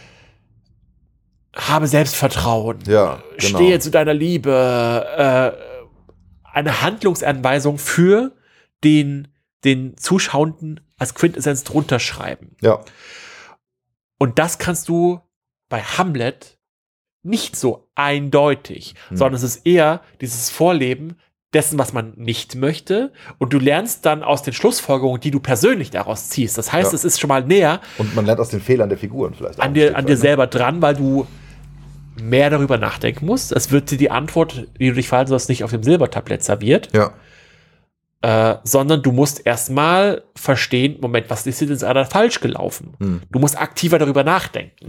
habe Selbstvertrauen, stehe zu deiner Liebe, eine Handlungsanweisung für den Zuschauenden als Quintessenz drunter schreiben. Ja. Und das kannst du bei Hamlet nicht so eindeutig, sondern es ist eher dieses Vorleben dessen, was man nicht möchte, und du lernst dann aus den Schlussfolgerungen, die du persönlich daraus ziehst. Das heißt, es ist schon mal näher. Und man lernt aus den Fehlern der Figuren vielleicht. An dir selber dran, weil du mehr darüber nachdenken musst. Es wird dir die Antwort, die du dich verhalten sollst, nicht auf dem Silbertablett serviert. Sondern du musst erstmal verstehen, Moment, was ist denn jetzt gerade falsch gelaufen? Du musst aktiver darüber nachdenken.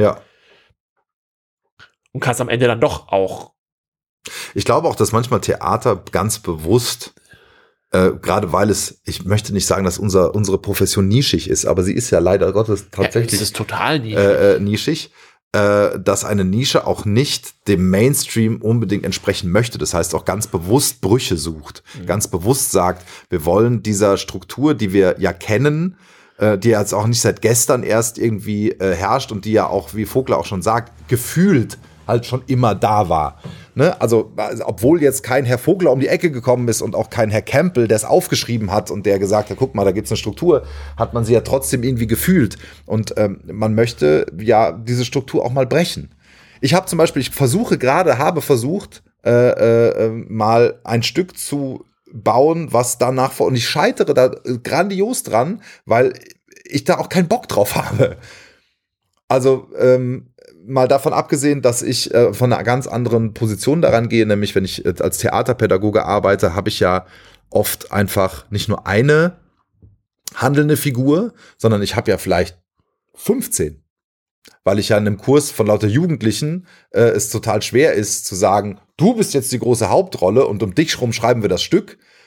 Und kannst am Ende dann doch auch. Ich glaube auch, dass manchmal Theater ganz bewusst, gerade weil ich möchte nicht sagen, dass unsere Profession nischig ist, aber sie ist ja leider Gottes tatsächlich es ist total nischig, dass eine Nische auch nicht dem Mainstream unbedingt entsprechen möchte. Das heißt auch ganz bewusst Brüche sucht, ganz bewusst sagt, wir wollen dieser Struktur, die wir ja kennen, die jetzt auch nicht seit gestern erst irgendwie herrscht und die ja auch, wie Vogler auch schon sagt, gefühlt halt schon immer da war. Ne? Also, obwohl jetzt kein Herr Vogler um die Ecke gekommen ist und auch kein Herr Campbell, der es aufgeschrieben hat und der gesagt hat, guck mal, da gibt's eine Struktur, hat man sie ja trotzdem irgendwie gefühlt. Und man möchte ja diese Struktur auch mal brechen. Ich habe zum Beispiel, habe versucht, mal ein Stück zu bauen, was danach und ich scheitere da grandios dran, weil ich da auch keinen Bock drauf habe. Also, mal davon abgesehen, dass ich von einer ganz anderen Position daran gehe, nämlich wenn ich als Theaterpädagoge arbeite, habe ich ja oft einfach nicht nur eine handelnde Figur, sondern ich habe ja vielleicht 15. Weil ich ja in einem Kurs von lauter Jugendlichen es total schwer ist zu sagen, du bist jetzt die große Hauptrolle und um dich rum schreiben wir das Stück.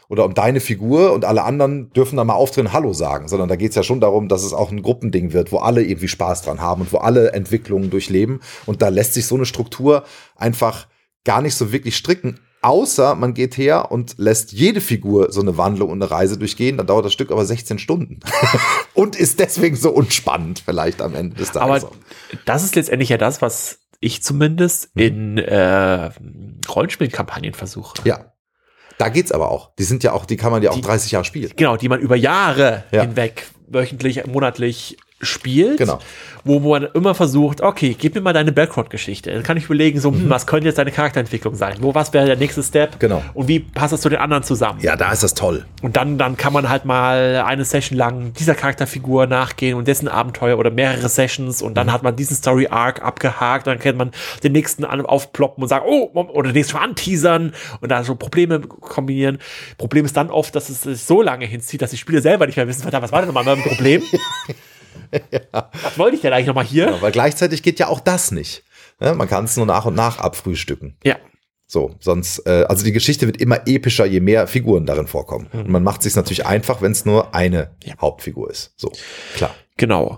oder um deine Figur und alle anderen dürfen dann mal auftreten, Hallo sagen, sondern da geht es ja schon darum, dass es auch ein Gruppending wird, wo alle irgendwie Spaß dran haben und wo alle Entwicklungen durchleben. Und da lässt sich so eine Struktur einfach gar nicht so wirklich stricken, außer man geht her und lässt jede Figur so eine Wandlung und eine Reise durchgehen. Dann dauert das Stück aber 16 Stunden und ist deswegen so unspannend vielleicht am Ende des Tages. Aber das ist letztendlich ja das, was ich zumindest in Rollenspielkampagnen versuche. Ja. Da geht's aber auch. Die kann man ja auch 30 Jahre spielen. Genau, die man über Jahre hinweg, wöchentlich, monatlich spielt. Genau. Wo man immer versucht, okay, gib mir mal deine Background-Geschichte. Dann kann ich überlegen, so, was könnte jetzt deine Charakterentwicklung sein? Was wäre der nächste Step? Genau. Und wie passt das zu den anderen zusammen? Ja, da ist das toll. Und dann kann man halt mal eine Session lang dieser Charakterfigur nachgehen und dessen Abenteuer oder mehrere Sessions und dann hat man diesen Story-Arc abgehakt, dann kann man den nächsten aufploppen und sagen, oder den nächsten schon anteasern und da so Probleme kombinieren. Problem ist dann oft, dass es sich so lange hinzieht, dass die Spieler selber nicht mehr wissen, verdammt, was war denn nochmal mein Problem? Ja. Was wollte ich denn eigentlich nochmal hier? Ja, weil gleichzeitig geht ja auch das nicht. Ja, man kann es nur nach und nach abfrühstücken. Ja. So, sonst, also die Geschichte wird immer epischer, je mehr Figuren darin vorkommen. Und man macht es sich natürlich einfach, wenn es nur eine Hauptfigur ist. So, klar. Genau.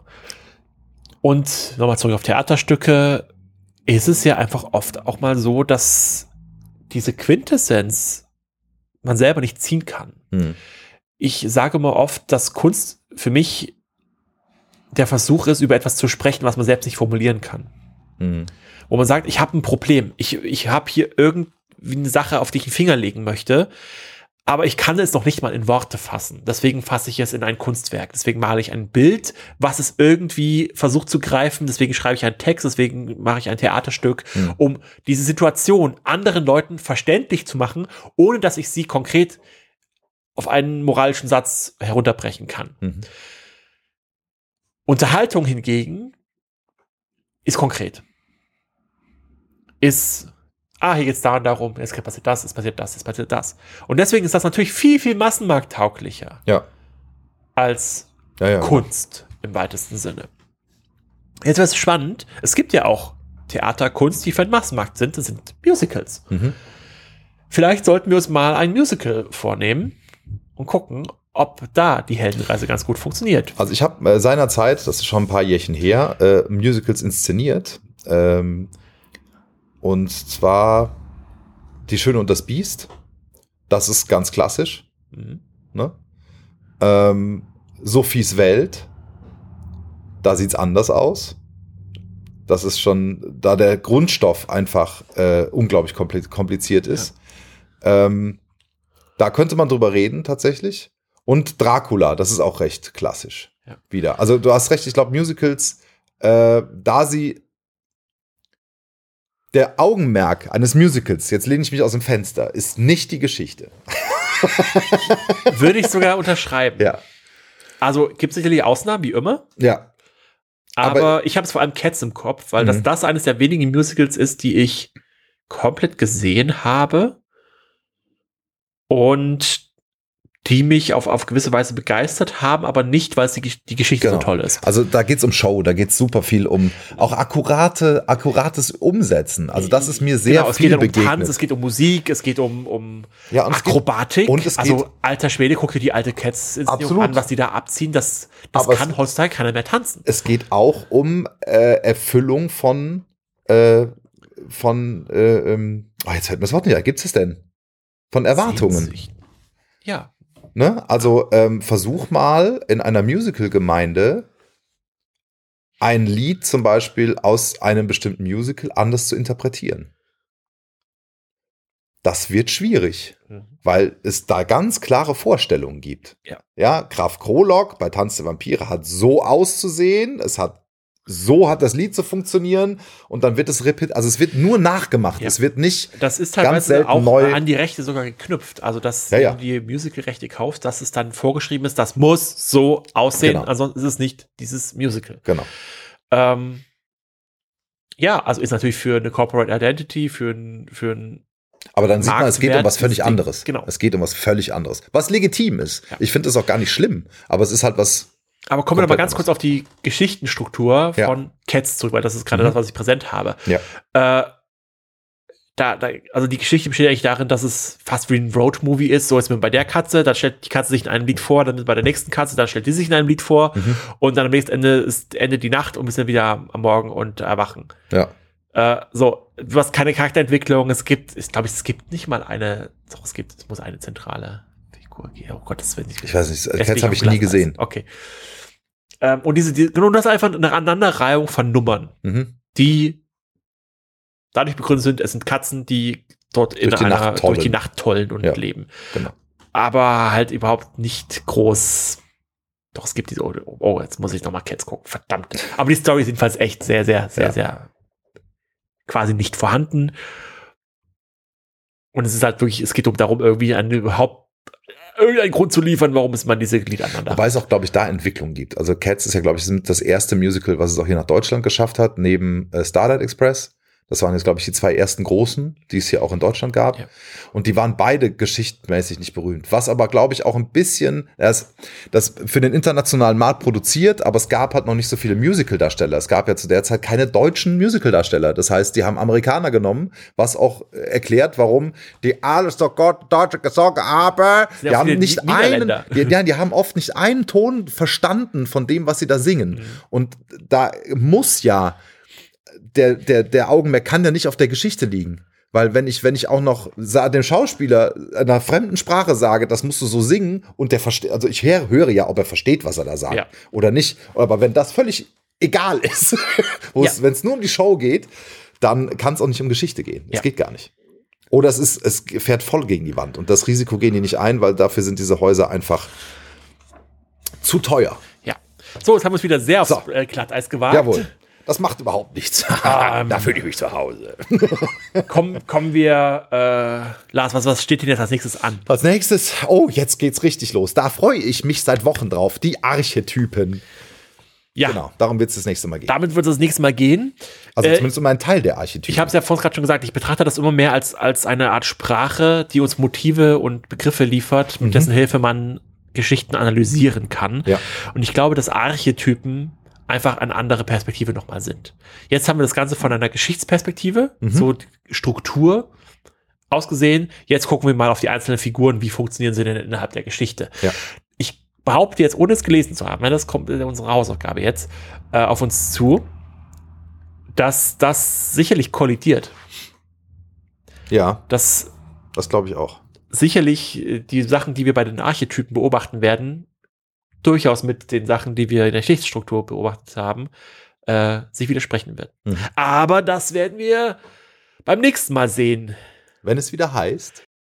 Und nochmal zurück auf Theaterstücke, ist es ja einfach oft auch mal so, dass diese Quintessenz man selber nicht ziehen kann. Ich sage immer oft, dass Kunst für mich der Versuch ist, über etwas zu sprechen, was man selbst nicht formulieren kann. Wo man sagt, ich habe ein Problem. Ich habe hier irgendwie eine Sache, auf die ich einen Finger legen möchte, aber ich kann es noch nicht mal in Worte fassen. Deswegen fasse ich es in ein Kunstwerk. Deswegen male ich ein Bild, was es irgendwie versucht zu greifen. Deswegen schreibe ich einen Text, deswegen mache ich ein Theaterstück, um diese Situation anderen Leuten verständlich zu machen, ohne dass ich sie konkret auf einen moralischen Satz herunterbrechen kann. Unterhaltung hingegen ist konkret. Ist, hier geht's da und darum, jetzt passiert das, jetzt passiert das, jetzt passiert das. Und deswegen ist das natürlich viel, viel massenmarkttauglicher als Kunst im weitesten Sinne. Jetzt wird es spannend. Es gibt ja auch Theaterkunst, die für den Massenmarkt sind. Das sind Musicals. Vielleicht sollten wir uns mal ein Musical vornehmen und gucken, ob da die Heldenreise ganz gut funktioniert. Also ich habe seinerzeit, das ist schon ein paar Jährchen her, Musicals inszeniert. Und zwar Die Schöne und das Biest. Das ist ganz klassisch. Ne? Sophies Welt. Da sieht's anders aus. Das ist schon, da der Grundstoff einfach unglaublich kompliziert ist. Da könnte man drüber reden, tatsächlich. Und Dracula, das ist auch recht klassisch. Wieder. Also du hast recht, ich glaube Musicals, der Augenmerk eines Musicals, jetzt lehne ich mich aus dem Fenster, ist nicht die Geschichte. Würde ich sogar unterschreiben. Ja. Also gibt es sicherlich Ausnahmen, wie immer. Ja. Aber ich habe es vor allem Cats im Kopf, weil das eines der wenigen Musicals ist, die ich komplett gesehen habe und die mich auf gewisse Weise begeistert haben, aber nicht, weil die Geschichte so toll ist. Also da geht's um Show, da geht's super viel um auch akkurates Umsetzen. Also das ist mir sehr viel begegnet. Es geht um Tanz, es geht um Musik, es geht um Akrobatik. Also alter Schwede, guck dir die alte Cats-Inszenierung an, was die da abziehen. Das kann heutzutage keiner mehr tanzen. Es geht auch um Erfüllung von jetzt fällt mir das Wort nicht, gibt's es denn? Von Erwartungen. Ja. Ne? Also versuch mal in einer Musical-Gemeinde ein Lied zum Beispiel aus einem bestimmten Musical anders zu interpretieren. Das wird schwierig, weil es da ganz klare Vorstellungen gibt. Ja, Graf Krolok bei Tanz der Vampire hat so auszusehen, so hat das Lied zu funktionieren und dann wird es also es wird nur nachgemacht. Es wird nicht das ist teilweise auch neu an die Rechte sogar geknüpft. Also dass wenn du die Musicalrechte kaufst, dass es dann vorgeschrieben ist, das muss so aussehen, ansonsten ist es nicht dieses Musical. Genau. Also ist natürlich für eine Corporate Identity, für ein aber dann sieht man, es geht um was völlig anderes. Genau. Es geht um was völlig anderes. Was legitim ist. Ich finde das auch gar nicht schlimm, aber es ist halt was. Aber kommen wir noch mal ganz kurz auf die Geschichtenstruktur von Cats zurück, weil das ist gerade das, was ich präsent habe. also die Geschichte besteht eigentlich darin, dass es fast wie ein Road-Movie ist. So ist man bei der Katze, dann stellt die Katze sich in einem Lied vor, dann bei der nächsten Katze, dann stellt die sich in einem Lied vor und dann am nächsten Ende ist Ende die Nacht und wir sind wieder am Morgen und erwachen. Ja. Du hast keine Charakterentwicklung, es gibt nicht mal eine, doch es muss eine zentrale Figur geben. Oh Gott, das will ich weiß nicht, Cats habe ich nie gesehen. Okay. Und das ist einfach eine Aneinanderreihung von Nummern, die dadurch begründet sind, es sind Katzen, die dort durch die Nacht tollen und leben. Genau. Aber halt überhaupt nicht groß. Doch, es gibt diese, jetzt muss ich nochmal Cats gucken, verdammt. Aber die Story ist jedenfalls echt sehr, sehr, sehr, sehr quasi nicht vorhanden. Und es ist halt wirklich, es geht darum, irgendwie irgendeinen Grund zu liefern, warum es man diese Glieder aneinander hat. Wobei es auch, glaube ich, da Entwicklung gibt. Also Cats ist ja, glaube ich, das erste Musical, was es auch hier nach Deutschland geschafft hat, neben Starlight Express. Das waren jetzt, glaube ich, die 2 ersten großen, die es hier auch in Deutschland gab. Ja. Und die waren beide geschichtmäßig nicht berühmt. Was aber, glaube ich, auch ein bisschen, das für den internationalen Markt produziert, aber es gab halt noch nicht so viele Musical-Darsteller. Es gab ja zu der Zeit keine deutschen Musical-Darsteller. Das heißt, die haben Amerikaner genommen, was auch erklärt, warum die alles so Gott deutsche Gesang haben. Die haben nicht die haben oft nicht einen Ton verstanden von dem, was sie da singen. Und da muss ja der Augenmerk kann ja nicht auf der Geschichte liegen. Weil wenn ich auch noch dem Schauspieler einer fremden Sprache sage, das musst du so singen und der versteht, also ich höre ja, ob er versteht, was er da sagt oder nicht. Aber wenn das völlig egal ist, wenn es nur um die Show geht, dann kann es auch nicht um Geschichte gehen. Es geht gar nicht. Oder es fährt voll gegen die Wand und das Risiko gehen die nicht ein, weil dafür sind diese Häuser einfach zu teuer. Ja. So, jetzt haben wir es wieder sehr aufs Glatteis gewagt. Jawohl. Das macht überhaupt nichts. Da fühle ich mich zu Hause. Kommen wir, Lars, was steht denn jetzt als nächstes an? Als nächstes, jetzt geht's richtig los. Da freue ich mich seit Wochen drauf. Die Archetypen. Ja. Genau, darum wird es das nächste Mal gehen. Damit wird es das nächste Mal gehen. Also zumindest um einen Teil der Archetypen. Ich habe es ja vorhin gerade schon gesagt, ich betrachte das immer mehr als eine Art Sprache, die uns Motive und Begriffe liefert, mit dessen Hilfe man Geschichten analysieren kann. Ja. Und ich glaube, dass Archetypen einfach eine andere Perspektive nochmal sind. Jetzt haben wir das Ganze von einer Geschichtsperspektive, so Struktur ausgesehen. Jetzt gucken wir mal auf die einzelnen Figuren, wie funktionieren sie denn innerhalb der Geschichte. Ja. Ich behaupte jetzt, ohne es gelesen zu haben, das kommt in unsere Hausaufgabe jetzt auf uns zu, dass das sicherlich kollidiert. Ja, das glaube ich auch. Sicherlich die Sachen, die wir bei den Archetypen beobachten werden, durchaus mit den Sachen, die wir in der Geschichtsstruktur beobachtet haben, sich widersprechen wird. Aber das werden wir beim nächsten Mal sehen. Wenn es wieder heißt